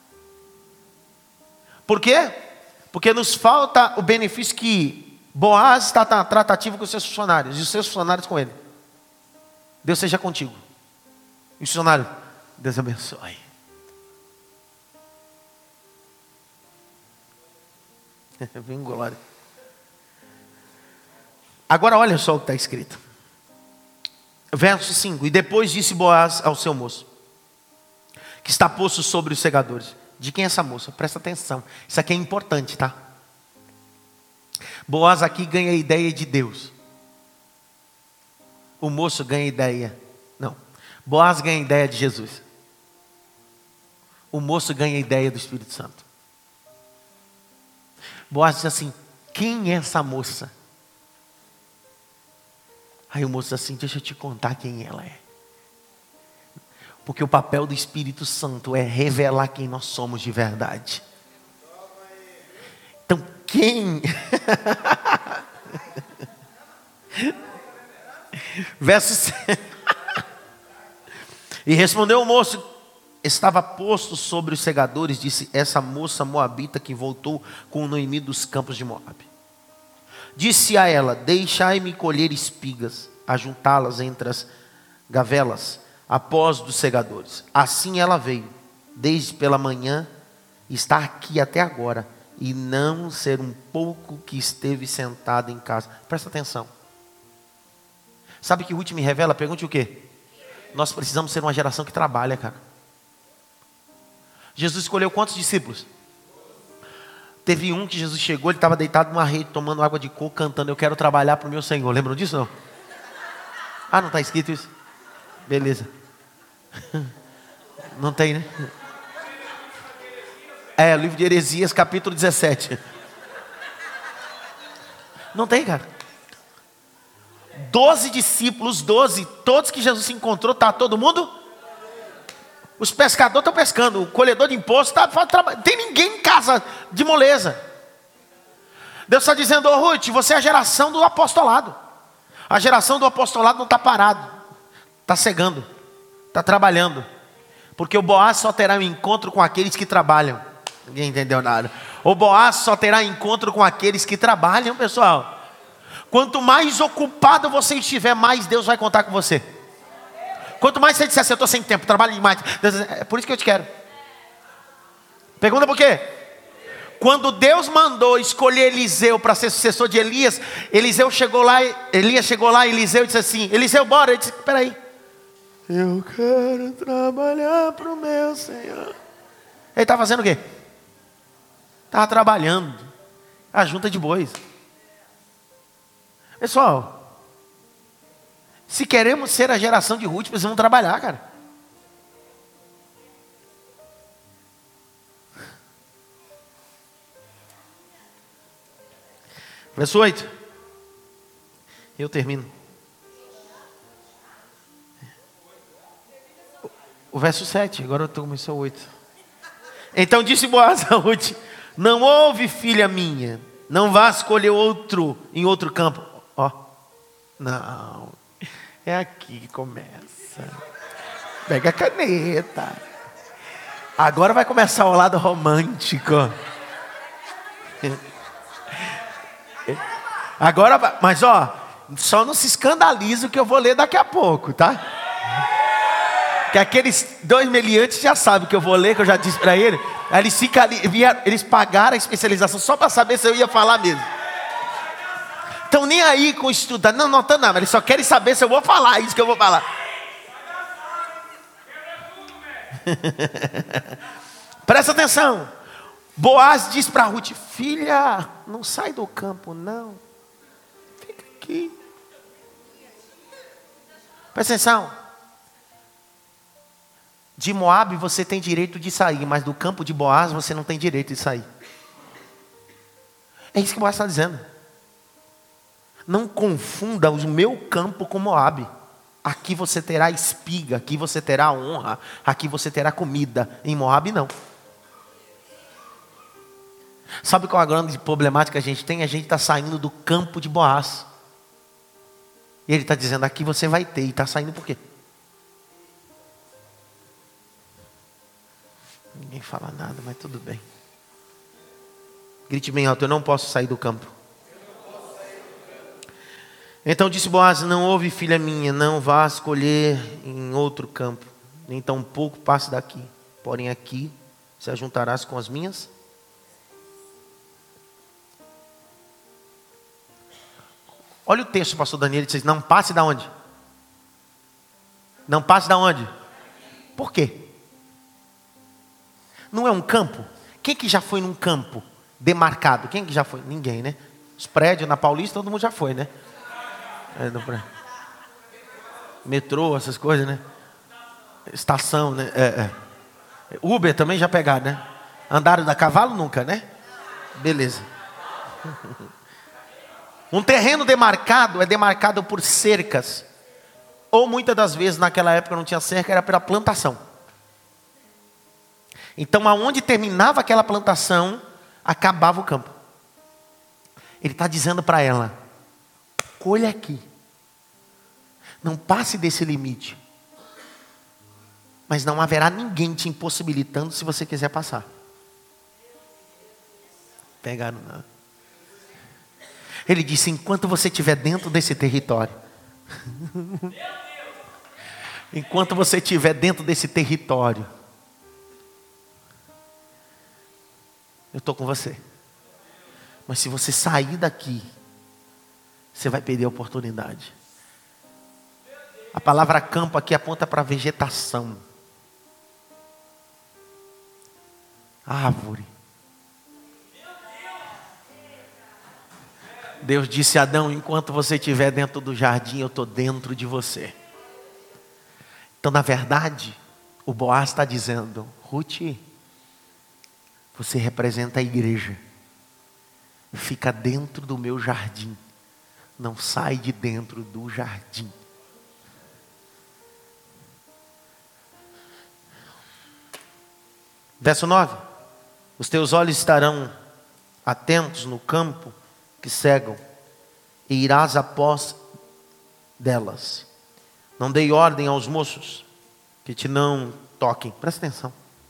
Por quê? Porque nos falta o benefício que Boaz está na tratativa com os seus funcionários e os seus funcionários com ele. Deus seja contigo. E o funcionário, Deus abençoe. Vem glória. Agora olha só o que está escrito. Verso 5. E depois disse Boaz ao seu moço, que está posto sobre os segadores. De quem é essa moça? Presta atenção. Isso aqui é importante, tá? Boaz aqui ganha a ideia de Deus. O moço ganha a ideia. Não. Boaz ganha a ideia de Jesus. O moço ganha a ideia do Espírito Santo. Boaz diz assim: quem é essa moça? Aí o moço diz assim: deixa eu te contar quem ela é. Porque o papel do Espírito Santo é revelar quem nós somos de verdade. Então quem... Verso 7. E respondeu o moço, estava posto sobre os segadores, disse: essa moça moabita que voltou com Noemi dos campos de Moabe. Disse a ela: deixai-me colher espigas, ajuntá-las entre as gavelas, após dos segadores. Assim ela veio, desde pela manhã, está aqui até agora, e não ser um pouco que esteve sentada em casa. Presta atenção. Sabe o que Ruth me revela? Pergunte o quê? Nós precisamos ser uma geração que trabalha, cara. Jesus escolheu quantos discípulos? Teve um que Jesus chegou, ele estava deitado numa rede, tomando água de coco, cantando: eu quero trabalhar para o meu Senhor. Lembram disso não? Ah, não está escrito isso? Beleza. Não tem, né? O livro de Heresias, capítulo 17. Não tem, cara. 12 discípulos, 12, todos que Jesus se encontrou, tá todo mundo? Os pescadores estão pescando, o colhedor de imposto está trabalhando. Tem ninguém em casa de moleza. Deus está dizendo: ô Ruth, você é a geração do apostolado. A geração do apostolado não está parado, está cegando, está trabalhando. Porque o Boaz só terá um encontro com aqueles que trabalham. Ninguém entendeu nada. O Boaz só terá encontro com aqueles que trabalham, pessoal. Quanto mais ocupado você estiver, mais Deus vai contar com você. Quanto mais você disser assim: eu estou sem tempo, trabalho demais, Deus diz: é por isso que eu te quero. Pergunta por quê? Quando Deus mandou escolher Eliseu para ser sucessor de Elias, Elias chegou lá, Eliseu disse assim: Eliseu, bora. Ele disse: espera aí, eu quero trabalhar para o meu Senhor. Ele está fazendo o quê? Estava trabalhando a junta de bois. Pessoal, se queremos ser a geração de Ruth, precisamos trabalhar, cara. Verso 8. Eu termino. O verso 7, agora eu começou o 8. Então disse Boaz a Ruth: não ouve, filha minha, não vá escolher outro em outro campo. Ó, não, é aqui que começa. Pega a caneta. Agora vai começar o lado romântico. Agora, mas ó, só não se escandaliza o que eu vou ler daqui a pouco, tá? Que aqueles dois meliantes já sabem que eu vou ler, que eu já disse para ele. Aí eles ficam ali, eles pagaram a especialização só para saber se eu ia falar mesmo. Então nem aí com estudar, não, eles só querem saber se eu vou falar isso que eu vou falar. Presta atenção. Boaz diz para Ruth: filha, não sai do campo não, fica aqui. Presta atenção. De Moabe você tem direito de sair, mas do campo de Boaz você não tem direito de sair. É isso que Boaz está dizendo. Não confunda o meu campo com Moabe. Aqui você terá espiga, aqui você terá honra, aqui você terá comida. Em Moabe não. Sabe qual é a grande problemática que a gente tem? A gente está saindo do campo de Boaz. E ele está dizendo: aqui você vai ter. E está saindo por quê? Ninguém fala nada, mas tudo bem. Grite bem alto: eu não posso sair do campo. Então disse Boaz: não ouve, filha minha, não vá escolher em outro campo, nem tampouco passe daqui. Porém aqui se ajuntarás com as minhas. Olha o texto, pastor Daniel, ele diz: não passe da onde? Não passe da onde? Por quê? Não é um campo? Quem que já foi num campo demarcado? Quem que já foi? Ninguém, né? Os prédios na Paulista, todo mundo já foi, né? Metrô, essas coisas, né? Estação, né? Uber também já pegaram, né? Andaram da cavalo nunca, né? Beleza. Um terreno demarcado é demarcado por cercas. Ou muitas das vezes naquela época não tinha cerca, era pela plantação. Então aonde terminava aquela plantação, acabava o campo. Ele está dizendo para ela: colhe aqui. Não passe desse limite. Mas não haverá ninguém te impossibilitando se você quiser passar. Pegaram nada. Ele disse: enquanto você estiver dentro desse território. Enquanto você estiver dentro desse território, eu estou com você. Mas se você sair daqui, você vai perder a oportunidade. A palavra campo aqui aponta para vegetação. Árvore. Deus disse a Adão: enquanto você estiver dentro do jardim, eu estou dentro de você. Então, na verdade, o Boaz está dizendo: Ruth, você representa a igreja. Fica dentro do meu jardim. Não sai de dentro do jardim. Verso 9. Os teus olhos estarão atentos no campo que cegam, e irás após delas. Não dei ordem aos moços que te não toquem. Presta atenção.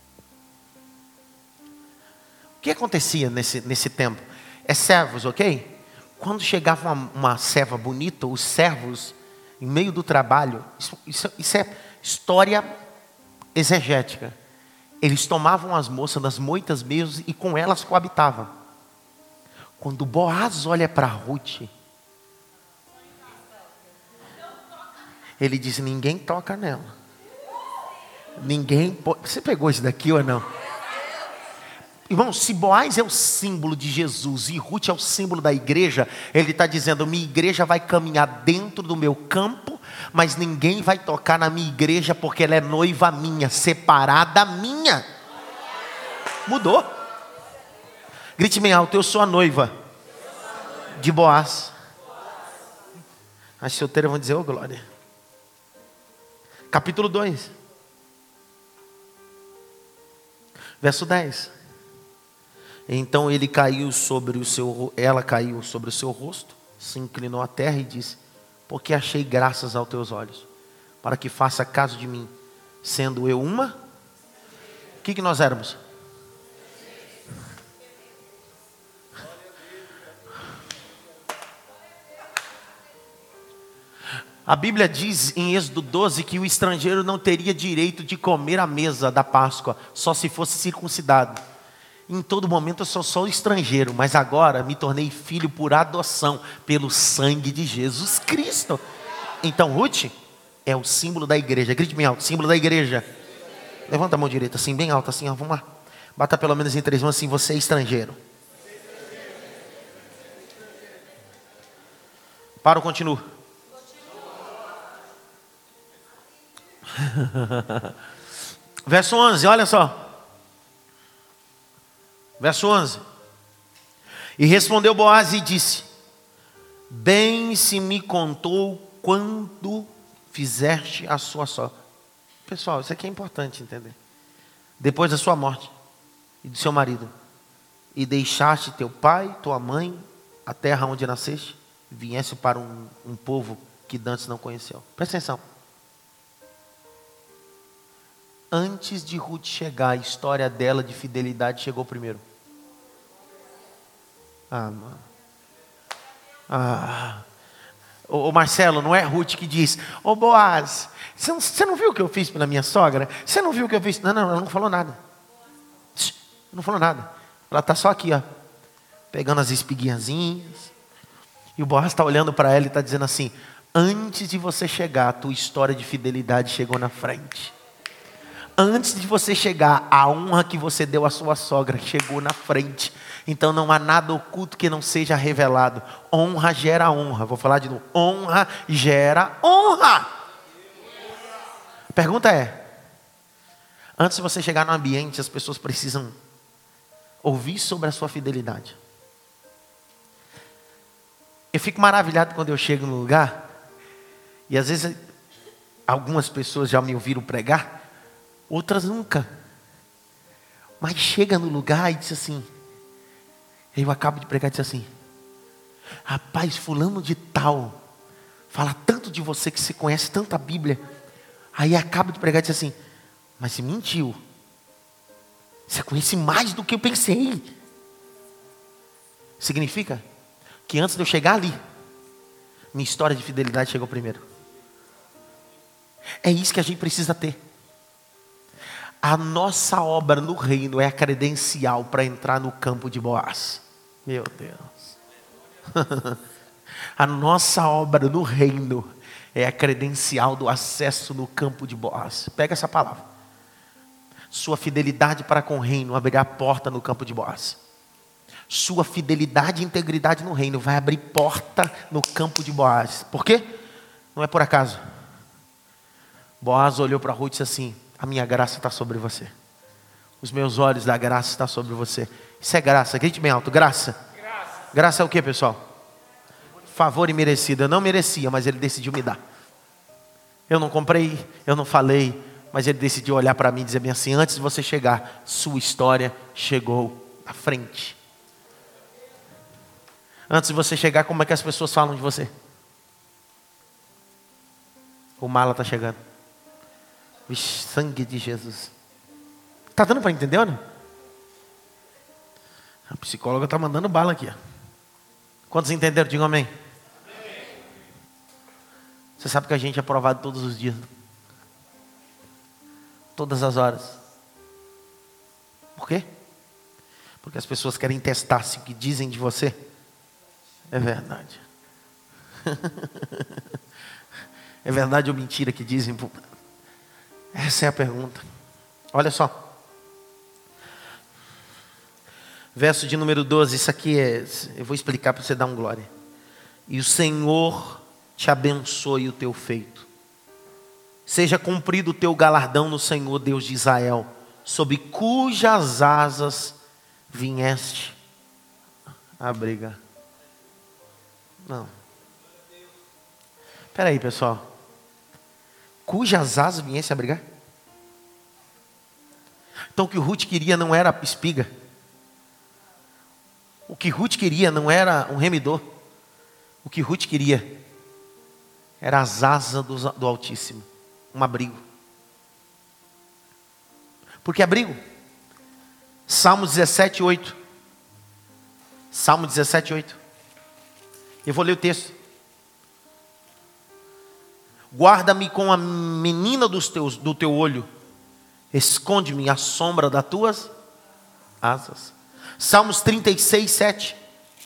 O que acontecia nesse tempo? É servos, ok? Quando chegava uma serva bonita, os servos, em meio do trabalho, isso é história exegética. Eles tomavam as moças das moitas mesmo e com elas coabitavam. Quando Boaz olha para Ruth, ele diz: ninguém toca nela. Ninguém. Você pegou isso daqui ou não? Irmão, se Boaz é o símbolo de Jesus e Ruth é o símbolo da igreja, ele está dizendo: minha igreja vai caminhar dentro do meu campo, mas ninguém vai tocar na minha igreja porque ela é noiva minha, separada minha. Mudou. Grite bem alto: eu sou a noiva de Boaz. As solteiras vão dizer: ô glória. Capítulo 2. Verso 10. Então ela caiu sobre o seu rosto, se inclinou à terra e disse: porque achei graças aos teus olhos, para que faça caso de mim, sendo eu uma. O que nós éramos? A Bíblia diz em Êxodo 12 que o estrangeiro não teria direito de comer à mesa da Páscoa, só se fosse circuncidado. Em todo momento eu sou só estrangeiro, mas agora me tornei filho por adoção, pelo sangue de Jesus Cristo. Então Ruth é o símbolo da igreja. Grite bem alto, símbolo da igreja. Levanta a mão direita assim, bem alta assim, ó, vamos lá. Bata pelo menos em 3 mãos assim, você é estrangeiro. Para ou continuo? Verso 11, olha só. Verso 11. E respondeu Boaz e disse: bem se me contou quando fizeste a sua sogra. Pessoal, isso aqui é importante entender. Depois da sua morte e do seu marido, e deixaste teu pai, tua mãe, a terra onde nasceste, viesse para um povo que dantes não conheceu. Presta atenção. Antes de Ruth chegar, a história dela de fidelidade chegou primeiro. Mano. Ô Marcelo, não é Ruth que diz: ô Boaz, você não viu o que eu fiz pela minha sogra? Você não viu o que eu fiz? Não, ela não falou nada. Não falou nada. Ela está só aqui, ó, pegando as espiguinhazinhas. E o Boaz está olhando para ela e está dizendo assim: antes de você chegar, a tua história de fidelidade chegou na frente. Antes de você chegar, a honra que você deu à sua sogra chegou na frente. Então não há nada oculto que não seja revelado. Honra gera honra. Vou falar de novo. Honra gera honra. A pergunta é: antes de você chegar no ambiente, as pessoas precisam ouvir sobre a sua fidelidade. Eu fico maravilhado quando eu chego no lugar, e às vezes algumas pessoas já me ouviram pregar, outras nunca. Mas chega no lugar e diz assim, eu acabo de pregar e diz assim: rapaz, fulano de tal fala tanto de você, que você conhece tanta Bíblia. Aí acabo de pregar e diz assim: mas você mentiu. Você conhece mais do que eu pensei. Significa que antes de eu chegar ali, minha história de fidelidade chegou primeiro. É isso que a gente precisa ter. A nossa obra no reino é a credencial para entrar no campo de Boaz. Meu Deus. A nossa obra no reino é a credencial do acesso no campo de Boaz. Pega essa palavra. Sua fidelidade para com o reino abrirá a porta no campo de Boaz. Sua fidelidade e integridade no reino vai abrir porta no campo de Boaz. Por quê? Não é por acaso. Boaz olhou para Ruth e disse assim: a minha graça está sobre você. Os meus olhos da graça estão sobre você. Isso é graça. Grite bem alto. Graça. Graça é o que, pessoal? Favor imerecido. Eu não merecia, mas ele decidiu me dar. Eu não comprei, eu não falei, mas ele decidiu olhar para mim e dizer bem assim: antes de você chegar, sua história chegou à frente. Antes de você chegar, como é que as pessoas falam de você? O mala está chegando. Vixe, sangue de Jesus. Está dando para entender, ou não? A psicóloga está mandando bala aqui, ó. Quantos entenderam? Digam amém. Você sabe que a gente é provado todos os dias, todas as horas. Por quê? Porque as pessoas querem testar se o que dizem de você é verdade. É verdade ou mentira que dizem? Essa é a pergunta. Olha só. Verso de número 12. Isso aqui eu vou explicar para você dar um glória. E o Senhor te abençoe o teu feito. Seja cumprido o teu galardão no Senhor Deus de Israel, sob cujas asas vieste a brigar. Não. Espera aí, pessoal. Cujas asas viesse a brigar? Então o que Ruth queria não era espiga. O que Ruth queria não era um remidor. O que Ruth queria era as asas do Altíssimo. Um abrigo. Por que abrigo? Salmo 17, 8. Salmo 17, 8. Eu vou ler o texto. Guarda-me com a menina do teu olho. Esconde-me à sombra das tuas asas. Salmos 36, 7.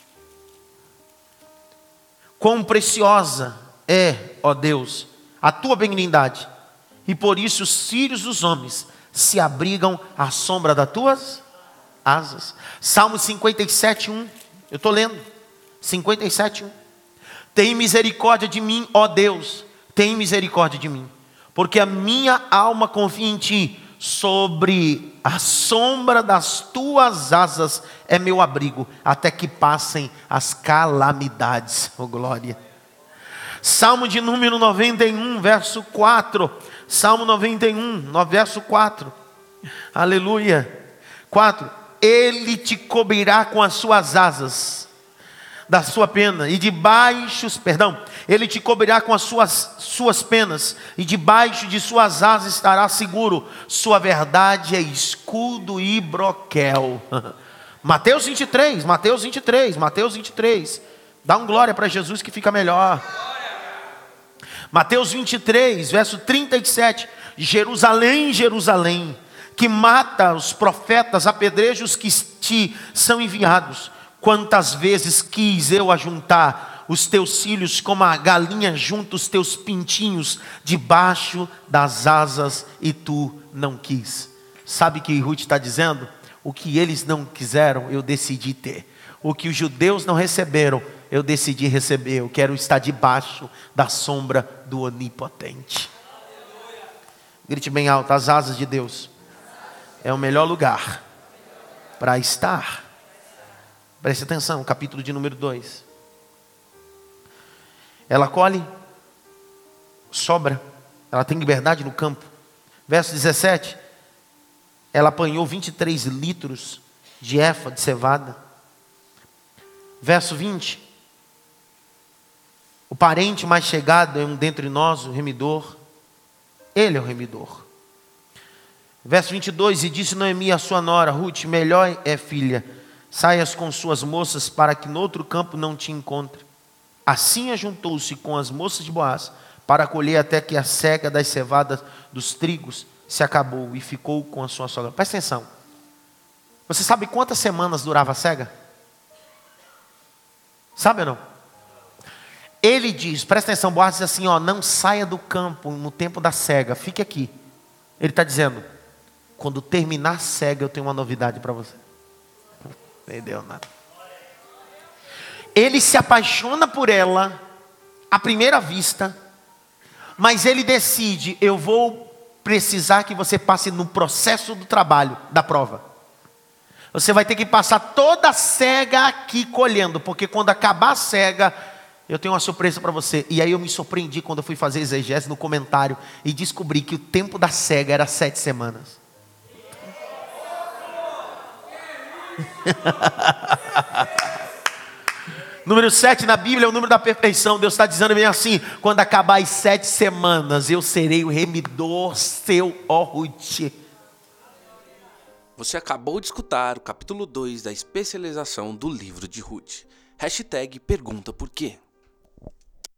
Quão preciosa é, ó Deus, a tua benignidade, e por isso os filhos dos homens se abrigam à sombra das tuas asas. Salmos 57, 1. Eu estou lendo. 57, 1. Tem misericórdia de mim, ó Deus, tem misericórdia de mim, porque a minha alma confia em ti. Sobre a sombra das tuas asas é meu abrigo, até que passem as calamidades. Oh glória. Salmo de número 91, verso 4. Salmo 91, verso 4. Aleluia. 4. Ele te cobrirá com as suas asas da sua pena, e ele te cobrirá com as suas penas, e debaixo de suas asas estará seguro. Sua verdade é escudo e broquel. Mateus 23. Dá um glória para Jesus que fica melhor. Mateus 23, verso 37. Jerusalém, Jerusalém, que mata os profetas, apedreja os que te são enviados. Quantas vezes quis eu ajuntar os teus filhos como a galinha junta os teus pintinhos debaixo das asas, e tu não quis. Sabe o que Ruth está dizendo? O que eles não quiseram, eu decidi ter. O que os judeus não receberam, eu decidi receber. Eu quero estar debaixo da sombra do Onipotente. Grite bem alto: as asas de Deus é o melhor lugar para estar. Preste atenção, capítulo de número 2. Ela colhe, sobra, ela tem liberdade no campo. Verso 17. Ela apanhou 23 litros de efa de cevada. Verso 20. O parente mais chegado é um dentre nós, o remidor. Ele é o remidor. Verso 22. E disse Noemi à sua nora: Ruth, melhor é, filha, saias com suas moças, para que no outro campo não te encontre. Assim ajuntou-se com as moças de Boaz para colher, até que a cega das cevadas dos trigos se acabou, e ficou com a sua sogra. Presta atenção. Você sabe quantas semanas durava a cega? Sabe ou não? Ele diz, presta atenção, Boaz diz assim, não saia do campo no tempo da cega, fique aqui. Ele está dizendo: quando terminar a cega, eu tenho uma novidade para você. Não entendeu nada. Ele se apaixona por ela à primeira vista, mas ele decide: eu vou precisar que você passe no processo do trabalho, da prova. Você vai ter que passar toda a cega aqui colhendo, porque quando acabar a cega, eu tenho uma surpresa para você. E aí eu me surpreendi quando eu fui fazer exegese no comentário e descobri que o tempo da cega era 7 semanas. Número 7 na Bíblia é o número da perfeição. Deus está dizendo bem assim: quando acabar as 7 semanas, eu serei o remidor seu, ó Ruth. Você acabou de escutar o capítulo 2 da especialização do livro de Ruth. #pergunta por quê.